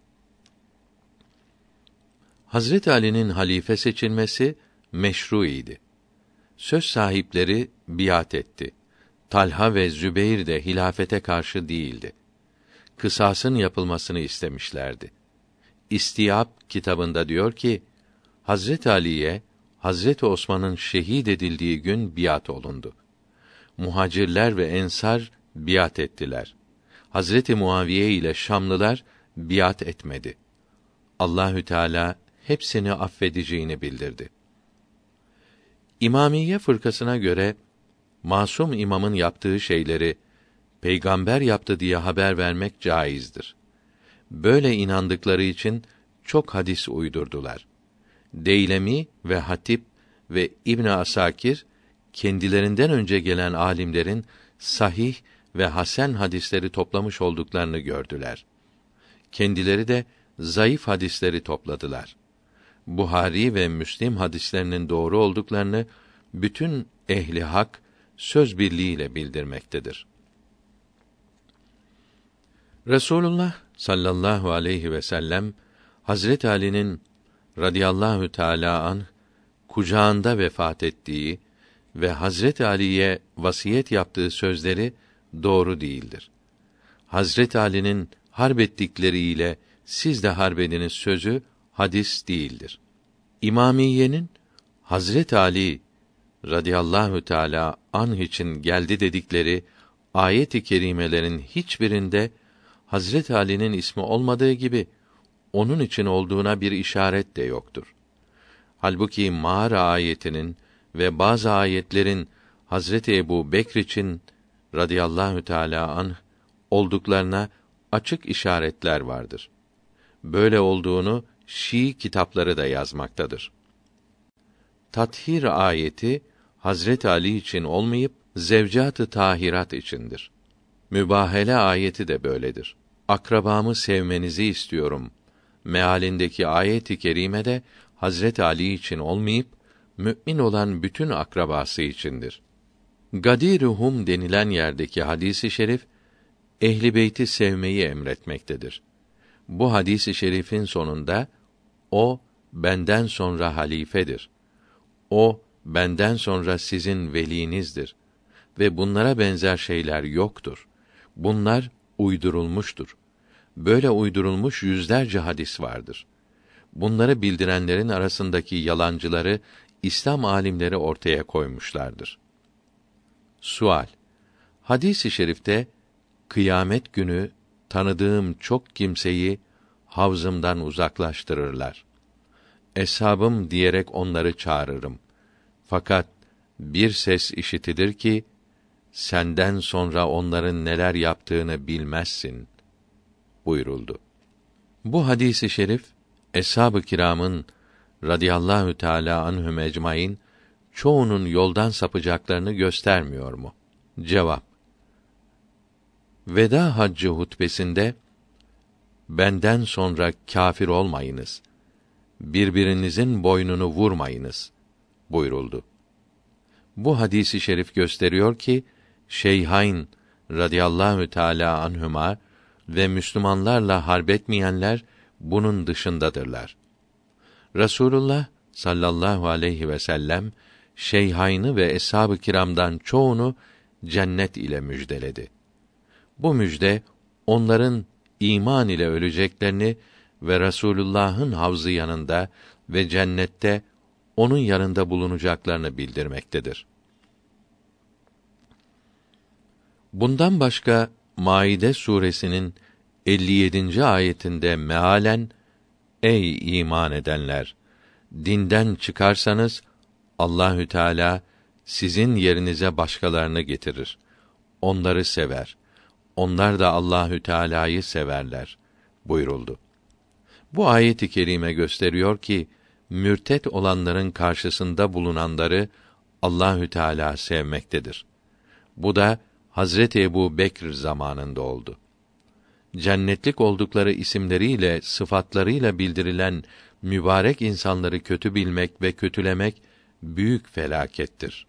Hazreti Ali'nin halife seçilmesi meşru idi. Söz sahipleri biat etti. Talha ve Zübeyr de hilafete karşı değildi. Kısasın yapılmasını istemişlerdi. İstiyab kitabında diyor ki, Hazreti Ali'ye Hazreti Osman'ın şehit edildiği gün biat olundu. Muhacirler ve ensar biat ettiler. Hazreti Muaviye ile Şamlılar biat etmedi. Allahü Teala hepsini affedeceğini bildirdi. İmamiye fırkasına göre masum imamın yaptığı şeyleri peygamber yaptı diye haber vermek caizdir. Böyle inandıkları için çok hadis uydurdular. Deylemi ve Hatip ve İbn Asakir kendilerinden önce gelen alimlerin sahih ve hasen hadisleri toplamış olduklarını gördüler. Kendileri de zayıf hadisleri topladılar. Buhari ve Müslim hadislerinin doğru olduklarını bütün ehli hak söz birliğiyle bildirmektedir. Resulullah sallallahu aleyhi ve sellem Hazret Ali'nin radıyallahu teâlâ anh kucağında vefat ettiği ve Hazret Ali'ye vasiyet yaptığı sözleri doğru değildir. Hazret Ali'nin harbettikleriyle siz de harbediniz sözü hadis değildir. İmamiyenin Hazret Ali radıyallahu teâlâ anh için geldi dedikleri ayet-i kerimelerin hiçbirinde Hazret Ali'nin ismi olmadığı gibi onun için olduğuna bir işaret de yoktur. Halbuki Mağara ayetinin ve bazı ayetlerin Hazreti Ebu Bekr için radıyallahu teâlâ anh olduklarına açık işaretler vardır. Böyle olduğunu Şii kitapları da yazmaktadır. Tathir ayeti Hazret Ali için olmayıp zevcat-ı tahirat içindir. Mübahele ayeti de böyledir. Akrabamı sevmenizi istiyorum mealindeki ayet-i kerimede Hazret Ali için olmayıp mümin olan bütün akrabası içindir. Gadiruhum denilen yerdeki hadisi şerif Ehli Beyti sevmeyi emretmektedir. Bu hadisi şerifin sonunda o benden sonra halifedir. O benden sonra sizin velinizdir ve bunlara benzer şeyler yoktur. Bunlar uydurulmuştur. Böyle uydurulmuş yüzlerce hadis vardır. Bunları bildirenlerin arasındaki yalancıları İslam alimleri ortaya koymuşlardır. Sual: Hadis-i şerifte kıyamet günü tanıdığım çok kimseyi havzımdan uzaklaştırırlar. Eshabım diyerek onları çağırırım. Fakat bir ses işitilir ki senden sonra onların neler yaptığını bilmezsin buyuruldu. Bu hadisi şerif eshab-ı kiramın radıyallahu teâlâ anhum ecmaîn çoğunun yoldan sapacaklarını göstermiyor mu? Cevap: Veda haccı hutbesinde benden sonra kâfir olmayınız, birbirinizin boynunu vurmayınız buyuruldu. Bu hadisi şerif gösteriyor ki Şeyhain radıyallahu teâlâ anhuma ve Müslümanlarla harbetmeyenler bunun dışındadırlar. Resulullah sallallahu aleyhi ve sellem Şeyhayn'ı ve eshab-ı kiramdan çoğunu cennet ile müjdeledi. Bu müjde onların iman ile öleceklerini ve Resulullah'ın havzı yanında ve cennette onun yanında bulunacaklarını bildirmektedir. Bundan başka Maide suresinin 57. ayetinde mealen ey iman edenler, dinden çıkarsanız Allahü Teala sizin yerinize başkalarını getirir. Onları sever. Onlar da Allahü Teala'yı severler buyuruldu. Bu ayet-i kerime gösteriyor ki mürtet olanların karşısında bulunanları Allahü Teala sevmektedir. Bu da Hazreti Ebu Bekr zamanında oldu. Cennetlik oldukları isimleriyle, sıfatlarıyla bildirilen mübarek insanları kötü bilmek ve kötülemek büyük felakettir.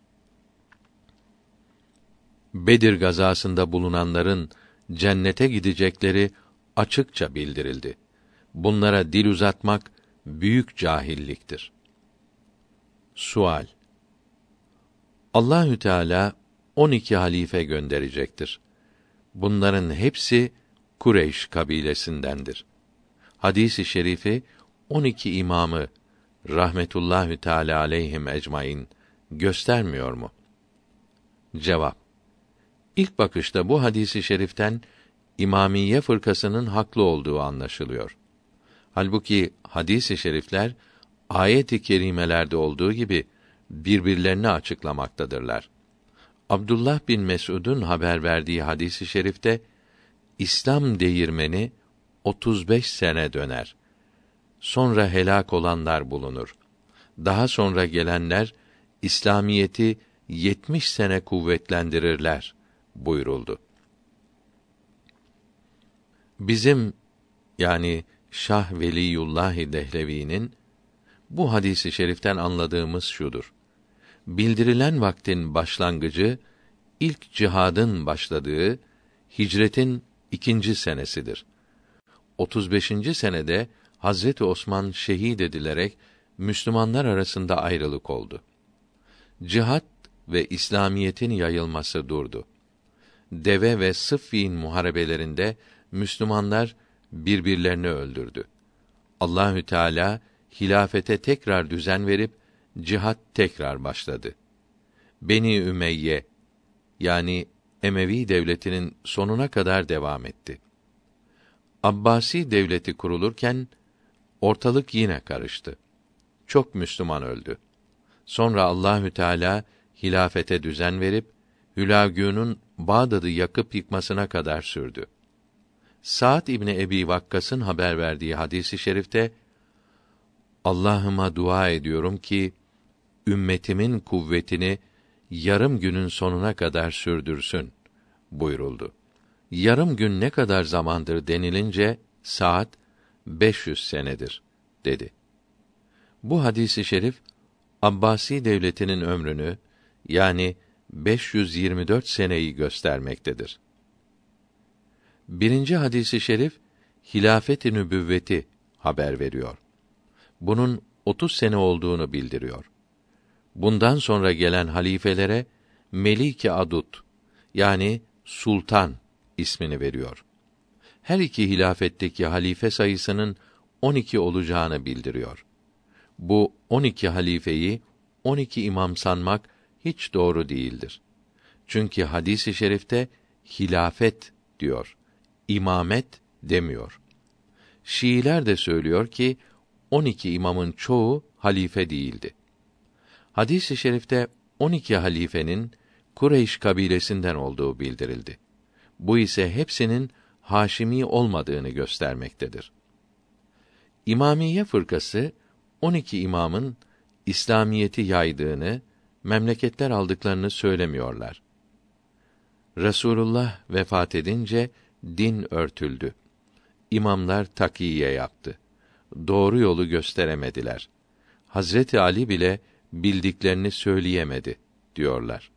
Bedir gazasında bulunanların cennete gidecekleri açıkça bildirildi. Bunlara dil uzatmak büyük cahilliktir. Sual: Allahü Teala 12 halife gönderecektir. Bunların hepsi Kureyş kabilesindendir. Hadis-i şerifi 12 imamı rahmetullahi teâlâ aleyhim ecmaîn göstermiyor mu? Cevap: İlk bakışta bu hadisi şeriften İmamiyye fırkasının haklı olduğu anlaşılıyor. Halbuki hadis-i şerifler ayet-i kerimelerde olduğu gibi birbirlerini açıklamaktadırlar. Abdullah bin Mes'ud'un haber verdiği hadis-i şerifte İslam değirmeni 35 sene döner. Sonra helak olanlar bulunur. Daha sonra gelenler İslamiyeti 70 sene kuvvetlendirirler buyuruldu. Bizim yani Şah Veliyullah Dehlevi'nin bu hadisi şeriften anladığımız şudur: bildirilen vaktin başlangıcı ilk cihadın başladığı hicretin 2. senesidir. 35. senede Hazreti Osman şehit edilerek Müslümanlar arasında ayrılık oldu. Cihat ve İslamiyetin yayılması durdu. Deve ve Sıffin muharebelerinde Müslümanlar birbirlerini öldürdü. Allahü Teala hilafete tekrar düzen verip cihat tekrar başladı. Beni Ümeyye yani Emevi devletinin sonuna kadar devam etti. Abbasi devleti kurulurken ortalık yine karıştı. Çok Müslüman öldü. Sonra Allahü Teala hilafete düzen verip Hülagü'nün Bağdat'ı yakıp yıkmasına kadar sürdü. Sa'd İbni Ebi Vakkas'ın haber verdiği hadisi şerifte Allah'ıma dua ediyorum ki ümmetimin kuvvetini yarım günün sonuna kadar sürdürsün buyuruldu. Yarım gün ne kadar zamandır denilince saat 500 senedir dedi. Bu hadisi şerif Abbasi devletinin ömrünü yani 524 seneyi göstermektedir. Birinci hadisi şerif hilafet-i nübüvveti haber veriyor. Bunun 30 sene olduğunu bildiriyor. Bundan sonra gelen halifelere Melik-i Adud yani sultan ismini veriyor. Her iki hilafetteki halife sayısının 12 olacağını bildiriyor. Bu 12 halifeyi 12 imam sanmak hiç doğru değildir. Çünkü hadis-i şerifte hilafet diyor, imamet demiyor. Şiiler de söylüyor ki 12 imamın çoğu halife değildi. Hadis-i şerifte 12 halifenin Kureyş kabilesinden olduğu bildirildi. Bu ise hepsinin Haşimi olmadığını göstermektedir. İmamiye fırkası 12 imamın İslamiyeti yaydığını, memleketler aldıklarını söylemiyorlar. Resulullah vefat edince din örtüldü. İmamlar takiye yaptı. Doğru yolu gösteremediler. Hazreti Ali bile bildiklerini söyleyemedi diyorlar.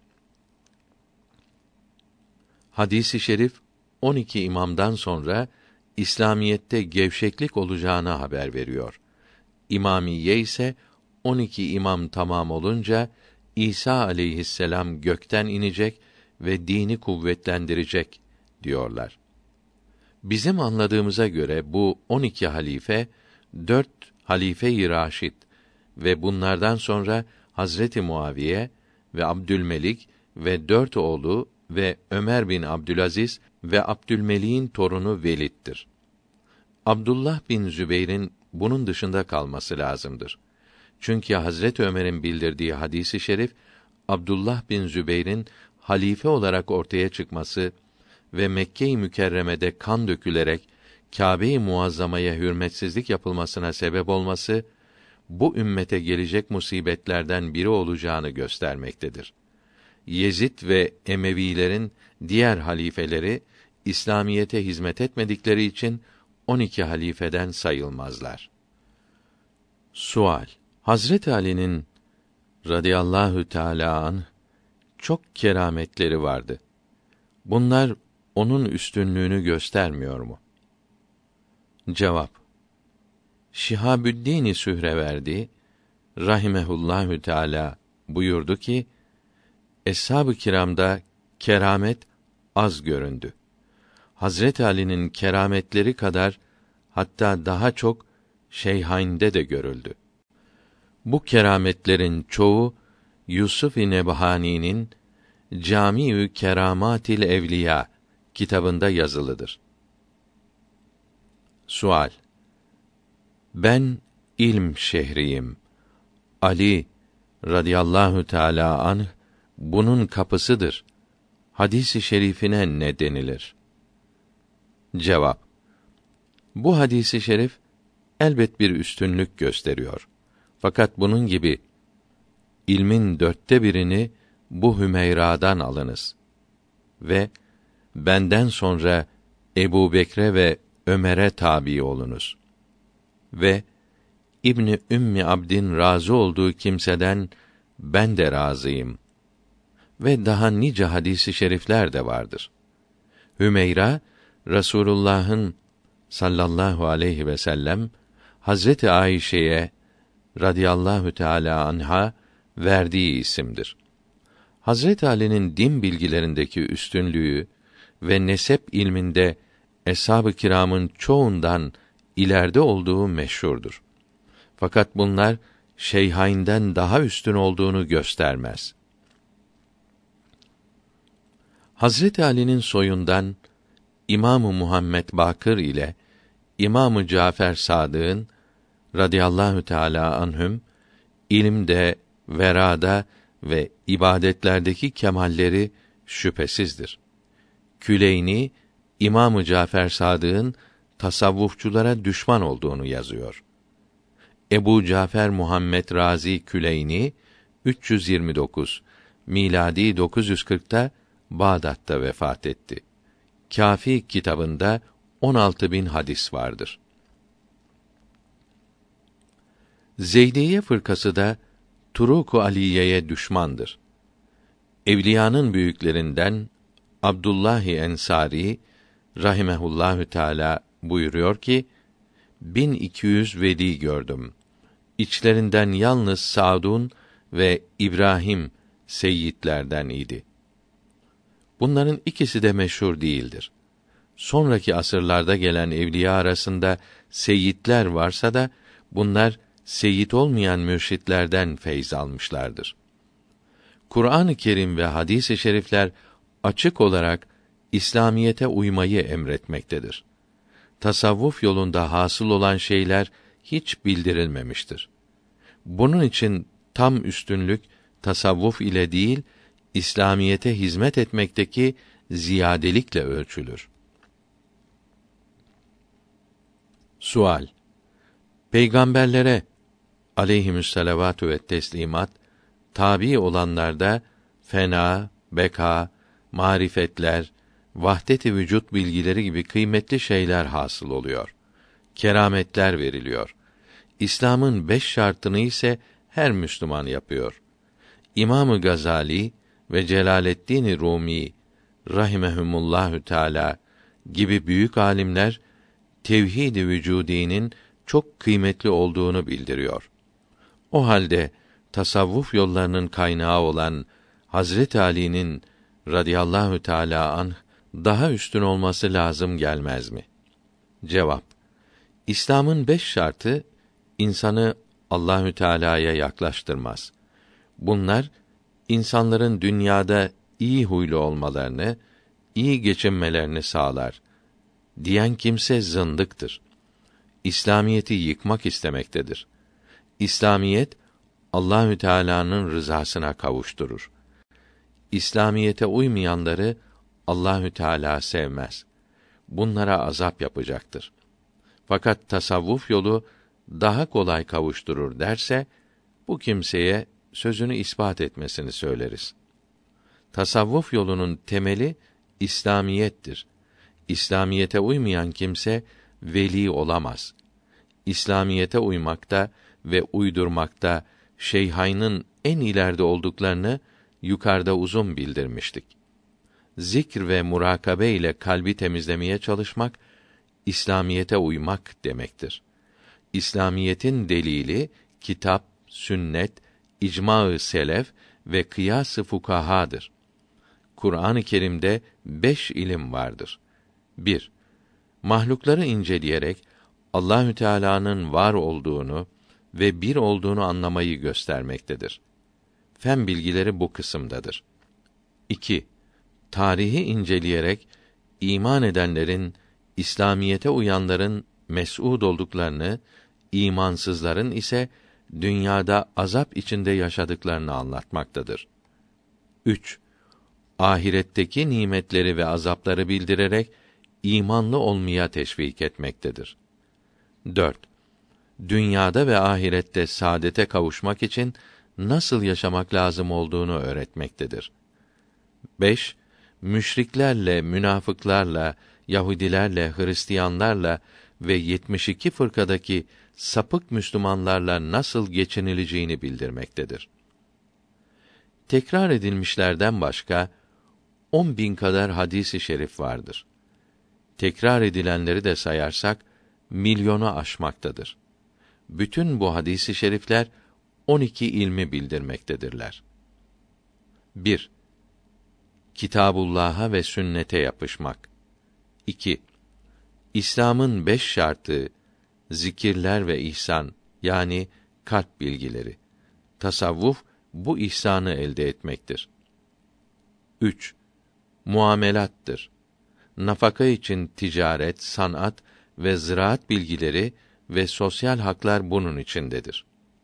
Hadis-i şerif 12 imamdan sonra İslamiyette gevşeklik olacağını haber veriyor. İmamiye ise 12 imam tamam olunca İsa aleyhisselam gökten inecek ve dini kuvvetlendirecek diyorlar. Bizim anladığımıza göre bu 12 halife 4 halife-i raşid ve bunlardan sonra Hazreti Muaviye ve Abdülmelik ve 4 oğlu ve Ömer bin Abdülaziz ve Abdülmelik'in torunu Velid'dir. Abdullah bin Zübeyr'in bunun dışında kalması lazımdır. Çünkü Hazreti Ömer'in bildirdiği hadisi şerif Abdullah bin Zübeyr'in halife olarak ortaya çıkması ve Mekke-i Mükerreme'de kan dökülerek Kâbe-i Muazzama'ya hürmetsizlik yapılmasına sebep olması bu ümmete gelecek musibetlerden biri olacağını göstermektedir. Yezid ve Emevilerin diğer halifeleri İslamiyete hizmet etmedikleri için 12 halifeden sayılmazlar. Sual: Hazreti Ali'nin radıyallahu teâlâ anh çok kerametleri vardı. Bunlar onun üstünlüğünü göstermiyor mu? Cevap: Şihabüddin Sühreverdi rahimehullahü teâlâ buyurdu ki, Eshab-ı kiramda keramet az göründü. Hazreti Ali'nin kerametleri kadar, hatta daha çok Şeyhayn'de de görüldü. Bu kerametlerin çoğu Yusuf-i Nebhani'nin Câmi-ü Kerâmâtil Evliyâ kitabında yazılıdır. Sual: Ben ilm şehriyim. Ali radıyallahu teâlâ anh bunun kapısıdır. Hadis-i şerifine ne denilir? Cevap: Bu hadis-i şerif elbet bir üstünlük gösteriyor. Fakat bunun gibi ilmin 1/4'ini bu Hümeyra'dan alınız ve benden sonra Ebu Bekre ve Ömer'e tabi olunuz ve İbni Ümmi Abd'in razı olduğu kimseden ben de razıyım ve daha nice hadis-i şerifler de vardır. Hümeyra, Resulullah'ın sallallahu aleyhi ve sellem Hazreti Ayşe'ye radıyallahu teâlâ anha verdiği isimdir. Hazreti Ali'nin din bilgilerindeki üstünlüğü ve nesep ilminde eshab-ı kiramın çoğundan ileride olduğu meşhurdur. Fakat bunlar Şeyhayn'den daha üstün olduğunu göstermez. Hazreti Ali'nin soyundan İmam-ı Muhammed Bakır ile İmam-ı Cafer Sadık'ın radıyallahu teâlâ anhüm ilimde, verada ve ibadetlerdeki kemalleri şüphesizdir. Küleyni İmam-ı Cafer Sadık'ın tasavvufçulara düşman olduğunu yazıyor. Ebu Cafer Muhammed Razi Küleyni 329 miladi 940'ta Bağdat'ta vefat etti. Kâfi kitabında 16.000 hadis vardır. Zeydiye fırkası da Turuk-u Aliye'ye düşmandır. Evliyanın büyüklerinden Abdullah Ensari rahimehullahü teâlâ buyuruyor ki, 1200 veli gördüm. İçlerinden yalnız Sa'dun ve İbrahim seyyidlerden idi. Bunların ikisi de meşhur değildir. Sonraki asırlarda gelen evliya arasında seyyidler varsa da bunlar seyyid olmayan mürşitlerden feyz almışlardır. Kur'an-ı Kerim ve hadis-i şerifler açık olarak İslamiyete uymayı emretmektedir. Tasavvuf yolunda hasıl olan şeyler hiç bildirilmemiştir. Bunun için tam üstünlük tasavvuf ile değil, İslamiyete hizmet etmekteki ziyadelikle ölçülür. Sual: Peygamberlere aleyhimüsselavatü ve teslimat tabi olanlarda fena, beka, marifetler, vahdet-i vücut bilgileri gibi kıymetli şeyler hasıl oluyor. Kerametler veriliyor. İslam'ın 5 şartını ise her Müslüman yapıyor. İmam-ı Gazali ve Celaleddin Rumi rahimehumullahü teala gibi büyük alimler tevhid-i vücudînin çok kıymetli olduğunu bildiriyor. O halde tasavvuf yollarının kaynağı olan Hazret Ali'nin radıyallahu teala anh daha üstün olması lazım gelmez mi? Cevap: İslam'ın 5 şartı insanı Allahü Teala'ya yaklaştırmaz. Bunlar insanların dünyada iyi huylu olmalarını, iyi geçinmelerini sağlar. Diyen kimse zındıktır. İslamiyeti yıkmak istemektedir. İslamiyet Allahü Teala'nın rızasına kavuşturur. İslamiyete uymayanları Allahü Teala sevmez. Bunlara azap yapacaktır. Fakat tasavvuf yolu daha kolay kavuşturur derse, bu kimseye sözünü ispat etmesini söyleriz. Tasavvuf yolunun temeli İslamiyettir. İslamiyete uymayan kimse veli olamaz. İslamiyete uymakta ve uydurmakta Şeyhayn'ın en ileride olduklarını yukarıda uzun bildirmiştik. Zikr ve murakabe ile kalbi temizlemeye çalışmak, İslamiyete uymak demektir. İslamiyetin delili, kitap, sünnet, icma-ı selef ve kıyas-ı fukahadır. Kur'an-ı Kerim'de 5 ilim vardır. 1. Mahlukları inceleyerek Allahü Teala'nın var olduğunu ve bir olduğunu anlamayı göstermektedir. Fen bilgileri bu kısımdadır. 2. Tarihi inceleyerek iman edenlerin, İslamiyete uyanların mes'ud olduklarını, imansızların ise dünyada azap içinde yaşadıklarını anlatmaktadır. 3. Ahiretteki nimetleri ve azapları bildirerek imanlı olmaya teşvik etmektedir. 4. Dünyada ve ahirette saadete kavuşmak için nasıl yaşamak lazım olduğunu öğretmektedir. 5. Müşriklerle, münafıklarla, Yahudilerle, Hristiyanlarla ve 72 fırkadaki sapık Müslümanlarla nasıl geçinileceğini bildirmektedir. Tekrar edilmişlerden başka 10.000 kadar hadis-i şerif vardır. Tekrar edilenleri de sayarsak milyonu aşmaktadır. Bütün bu hadis-i şerifler 12 ilmi bildirmektedirler. 1. Kitabullah'a ve sünnete yapışmak. 2. İslam'ın 5 şartı, zikirler ve ihsan, yani kalp bilgileri. Tasavvuf bu ihsanı elde etmektir. 3. Muamelattır. Nafaka için ticaret, sanat ve ziraat bilgileri ve sosyal haklar bunun içindedir.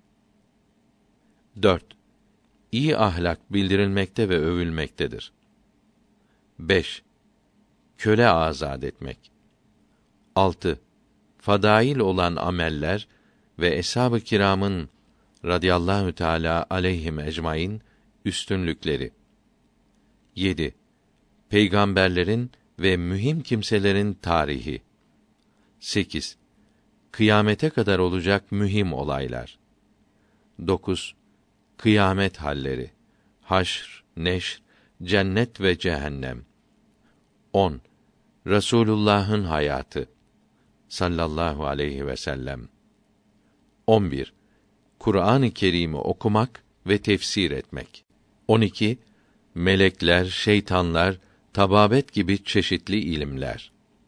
4. İyi ahlak bildirilmekte ve övülmektedir. 5. Köle azad etmek. 6. Fadail olan ameller ve eshab-ı kiramın radıyallahu teâlâ aleyhim ecmaîn üstünlükleri. 7. Peygamberlerin ve mühim kimselerin tarihi. 8. Kıyamete kadar olacak mühim olaylar. 9. Kıyamet halleri. Haşr, neşr, cennet ve cehennem. 10. Resulullah'ın hayatı. sallallahu aleyhi ve sellem. 11. Kur'an-ı Kerim'i okumak ve tefsir etmek. 12. Melekler, şeytanlar, tababet gibi çeşitli ilimler.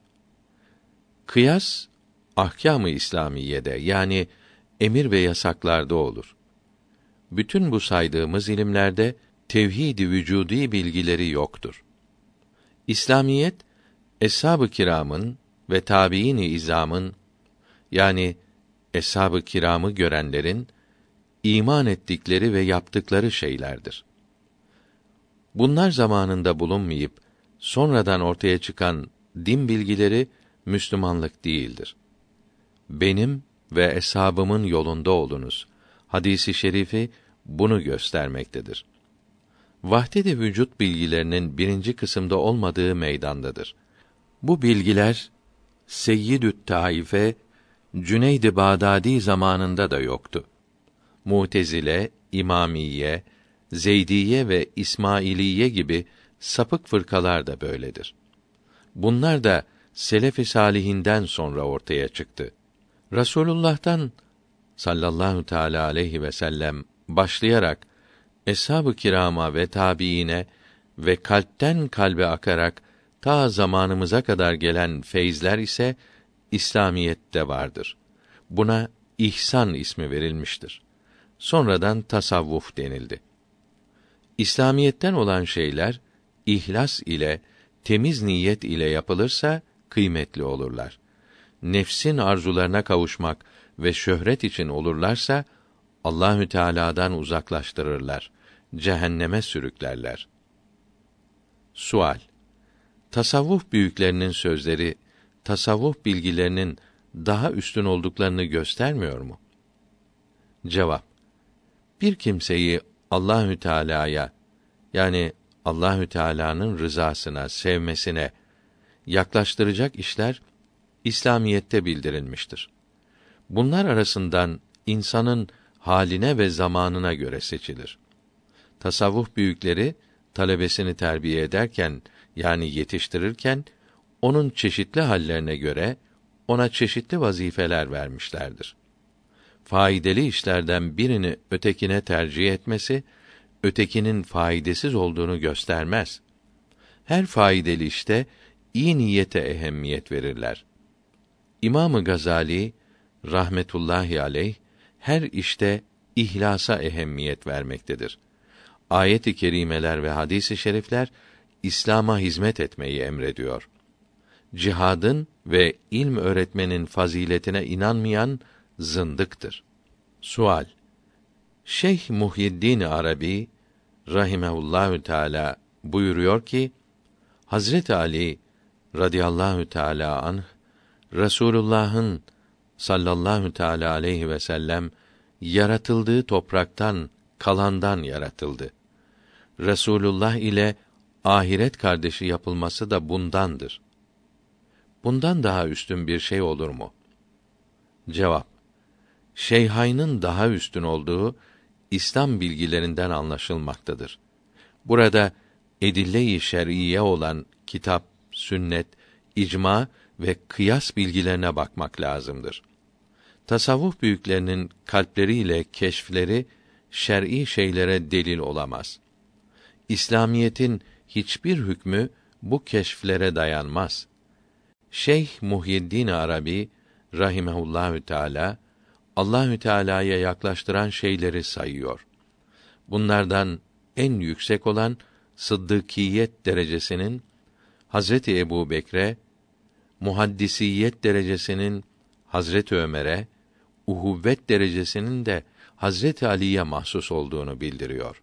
Kıyas, ahkâm-ı İslamiyye'de yani emir ve yasaklarda olur. Bütün bu saydığımız ilimlerde tevhid-i vücudî bilgileri yoktur. İslamiyet, eshab-ı kiramın ve tâbiîn-i izamın yani eshab-ı kiramı görenlerin iman ettikleri ve yaptıkları şeylerdir. Bunlar zamanında bulunmayıp sonradan ortaya çıkan din bilgileri Müslümanlık değildir. Benim ve eshabımın yolunda olunuz hadisi şerifi bunu göstermektedir. Vahdet-i vücut bilgilerinin birinci kısımda olmadığı meydandadır. Bu bilgiler Seyyidü't Taife Cüneyd-i Bağdadi zamanında da yoktu. Mutezile, İmamiye, Zeydiye ve İsmailiye gibi sapık fırkalar da böyledir. Bunlar da selef-i salihinden sonra ortaya çıktı. Rasulullah'tan sallallahu teâlâ aleyhi ve sellem başlayarak eshab-ı kirama ve tâbiine ve kalpten kalbe akarak ta zamanımıza kadar gelen feyzler ise İslamiyette vardır. Buna ihsan ismi verilmiştir. Sonradan tasavvuf denildi. İslamiyetten olan şeyler ihlas ile, temiz niyet ile yapılırsa kıymetli olurlar. Nefsin arzularına kavuşmak ve şöhret için olurlarsa Allahü Teala'dan uzaklaştırırlar, cehenneme sürüklerler. Sual: Tasavvuf büyüklerinin sözleri tasavvuf bilgilerinin daha üstün olduklarını göstermiyor mu? Cevap: Bir kimseyi Allahü Teala'ya yani Allahü Teala'nın rızasına, sevmesine yaklaştıracak işler İslamiyette bildirilmiştir. Bunlar arasından insanın haline ve zamanına göre seçilir. Tasavvuf büyükleri talebesini terbiye ederken yani yetiştirirken onun çeşitli hallerine göre ona çeşitli vazifeler vermişlerdir. Faydalı işlerden birini ötekine tercih etmesi, ötekinin faydasız olduğunu göstermez. Her faydalı işte iyi niyete ehemmiyet verirler. İmam-ı Gazali rahmetullahi aleyh her işte ihlasa ehemmiyet vermektedir. Ayet-i kerimeler ve hadis-i şerifler İslam'a hizmet etmeyi emrediyor. Cihadın ve ilm öğretmenin faziletine inanmayan zındıktır. Sual: Şeyh Muhyiddin Arabi rahimehullahü teala buyuruyor ki Hazreti Ali radıyallahu teala anh Resulullah'ın sallallahu teala aleyhi ve sellem yaratıldığı topraktan, kalandan yaratıldı. Resulullah ile ahiret kardeşi yapılması da bundandır. Bundan daha üstün bir şey olur mu? Cevap: Şeyhayn'ın daha üstün olduğu İslam bilgilerinden anlaşılmaktadır. Burada edille-i şer'iyye olan kitap, sünnet, icma ve kıyas bilgilerine bakmak lazımdır. Tasavvuf büyüklerinin kalpleriyle keşfleri şer'i şeylere delil olamaz. İslamiyetin hiçbir hükmü bu keşflere dayanmaz. Şeyh Muhyiddin Arabi rahimehullahü teala Allahü Teala'ya yaklaştıran şeyleri sayıyor. Bunlardan en yüksek olan sıddıkiyet derecesinin Hazreti Ebubekre, muhaddisiyet derecesinin Hazreti Ömer'e, uhuvvet derecesinin de Hazreti Ali'ye mahsus olduğunu bildiriyor.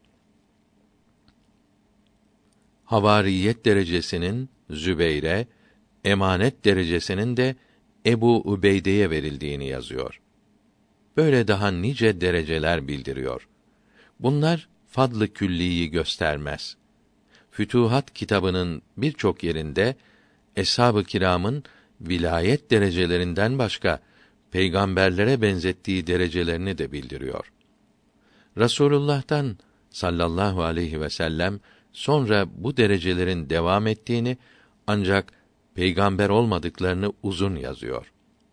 Havariyet derecesinin Zübeyre, emanet derecesinin de Ebu Ubeyde'ye verildiğini yazıyor. Böyle daha nice dereceler bildiriyor. Bunlar fadl-ı külliyi göstermez. Fütuhat kitabının birçok yerinde eshab-ı kiramın vilayet derecelerinden başka peygamberlere benzettiği derecelerini de bildiriyor. Rasulullah'tan sallallahu aleyhi ve sellem sonra bu derecelerin devam ettiğini ancak peygamber olmadıklarını uzun yazıyor.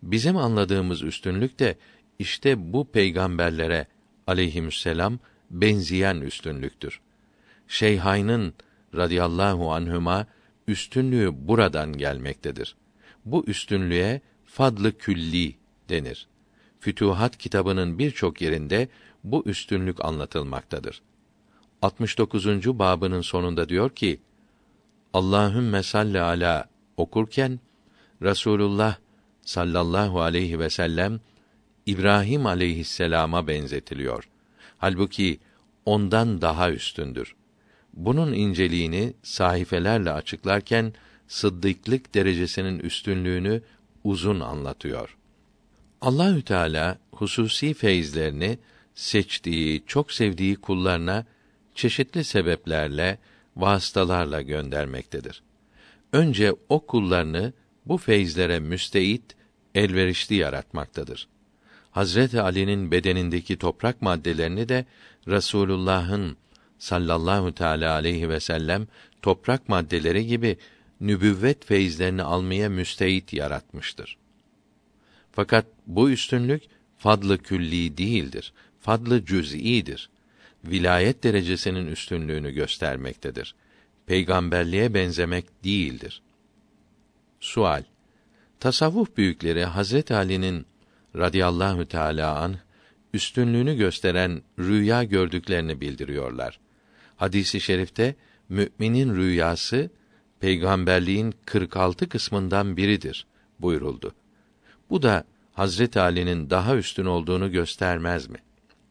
Bizim anladığımız üstünlük de işte bu peygamberlere aleyhisselam benzeyen üstünlüktür. Şeyhayn'ın radıyallahu anhuma üstünlüğü buradan gelmektedir. Bu üstünlüğe fadl-ı külli denir. Fütuhat kitabının birçok yerinde bu üstünlük anlatılmaktadır. 69. babının sonunda diyor ki: Allahümme salli ala okurken Resulullah sallallahu aleyhi ve sellem İbrahim aleyhisselama benzetiliyor. Halbuki ondan daha üstündür. Bunun inceliğini sahifelerle açıklarken sıddıklık derecesinin üstünlüğünü uzun anlatıyor. Allahü Teala hususi feyizlerini seçtiği, çok sevdiği kullarına çeşitli sebeplerle, vasıtalarla göndermektedir. Önce o kullarını bu feyizlere müsteit, elverişli yaratmaktadır. Hazreti Ali'nin bedenindeki toprak maddelerini de Resulullah'ın sallallahu teala aleyhi ve sellem toprak maddeleri gibi nübüvvet feyizlerini almaya müsteit yaratmıştır. Fakat bu üstünlük fadl-ı külli değildir. Fadl-ı cüz'idir. Vilayet derecesinin üstünlüğünü göstermektedir. Peygamberliğe benzemek değildir. Sual: Tasavvuf büyükleri Hazret Ali'nin radıyallahu teâlâ anh üstünlüğünü gösteren rüya gördüklerini bildiriyorlar. Hadis-i şerifte müminin rüyası peygamberliğin 46 kısmından biridir buyuruldu. Bu da Hazret Ali'nin daha üstün olduğunu göstermez mi?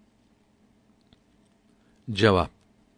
Cevap: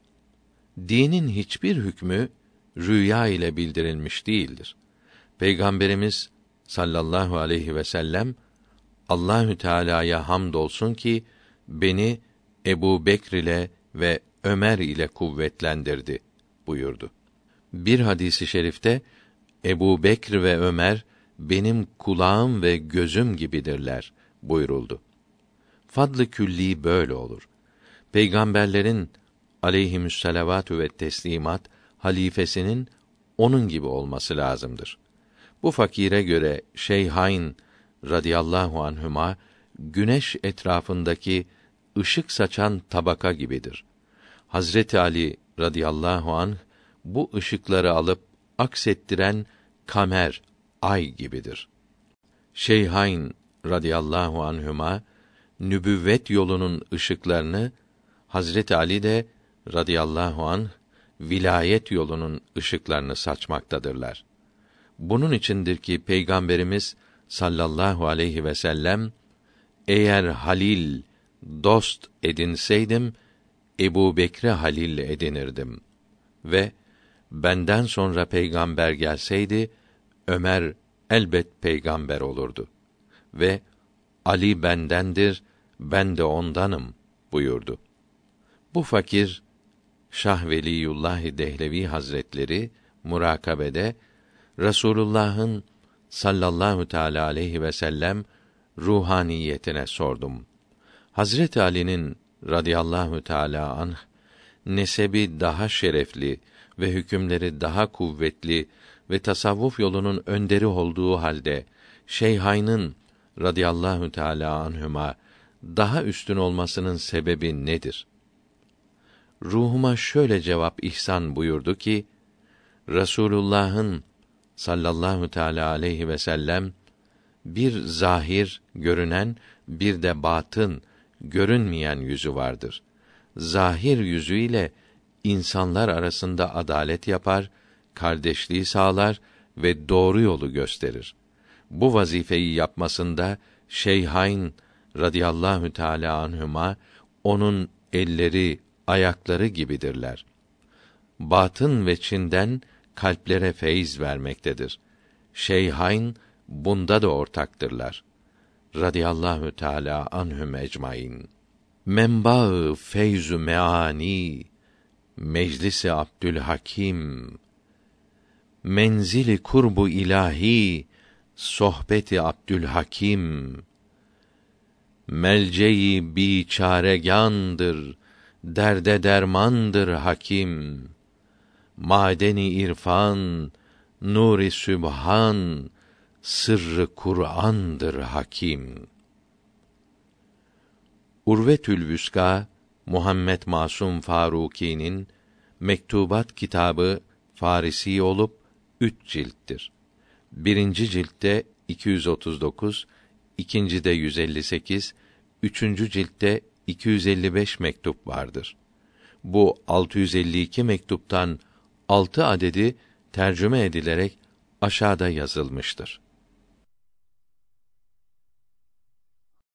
Dinin hiçbir hükmü rüya ile bildirilmiş değildir. Peygamberimiz sallallahu aleyhi ve sellem Allahü Teala'ya hamdolsun ki beni Ebu Bekr ile ve Ömer ile kuvvetlendirdi buyurdu. Bir hadisi şerifte Ebu Bekr ve Ömer benim kulağım ve gözüm gibidirler buyuruldu. Fadl-ı külli böyle olur. Peygamberlerin aleyhimüsselavatü ve teslimat halifesinin onun gibi olması lazımdır. Bu fakire göre Şeyhayn radıyallahu anhuma güneş etrafındaki ışık saçan tabaka gibidir. Hazreti Ali radıyallahu anh bu ışıkları alıp aksettiren kamer, ay gibidir. Şeyhayn radıyallahu anhuma nübüvvet yolunun ışıklarını, Hazreti Ali de radıyallahu anh vilayet yolunun ışıklarını saçmaktadırlar. Bunun içindir ki Peygamberimiz sallallahu aleyhi ve sellem eğer halil, dost edinseydim Ebu Bekir'e halil edinirdim ve benden sonra peygamber gelseydi Ömer elbet peygamber olurdu ve Ali bendendir, ben de ondanım buyurdu. Bu fakir Şah Veliyullah Dehlevi Hazretleri murakabede Resulullah'ın sallallahu teala aleyhi ve sellem ruhaniyetine sordum. Hazreti Ali'nin radıyallahu teala anh nesebi daha şerefli ve hükümleri daha kuvvetli ve tasavvuf yolunun önderi olduğu halde Şeyhayn'ın radıyallahu teala anhuma daha üstün olmasının sebebi nedir? Ruhuma şöyle cevap ihsan buyurdu ki, Resulullah'ın sallallahu teala aleyhi ve sellem bir zahir görünen, bir de batın görünmeyen yüzü vardır. Zahir yüzüyle insanlar arasında adalet yapar, kardeşliği sağlar ve doğru yolu gösterir. Bu vazifeyi yapmasında Şeyhayn radıyallahu teala anhuma onun elleri, ayakları gibidirler. Batın ve Çin'den kalplere feyz vermektedir. Şeyhayn bunda da ortaktırlar. Radıyallahu teala anhum ecmaîn. Menba-ı feyz-ü meani meclis-i Abdülhakim, menzili kurbu ilahi sohbeti Abdülhakim, melceği biçaregandır, derde dermandır hakim, madeni irfan, nuri sübhan, sırrı Kur'an'dır hakim. Urvetül Vüska Muhammed Masum Faruki'nin Mektubat kitabı Farisi olup 3 cilttir. Birinci ciltte 239, ikincide 158, üçüncü ciltte 255 mektup vardır. Bu 652 mektuptan 6 adedi tercüme edilerek aşağıda yazılmıştır.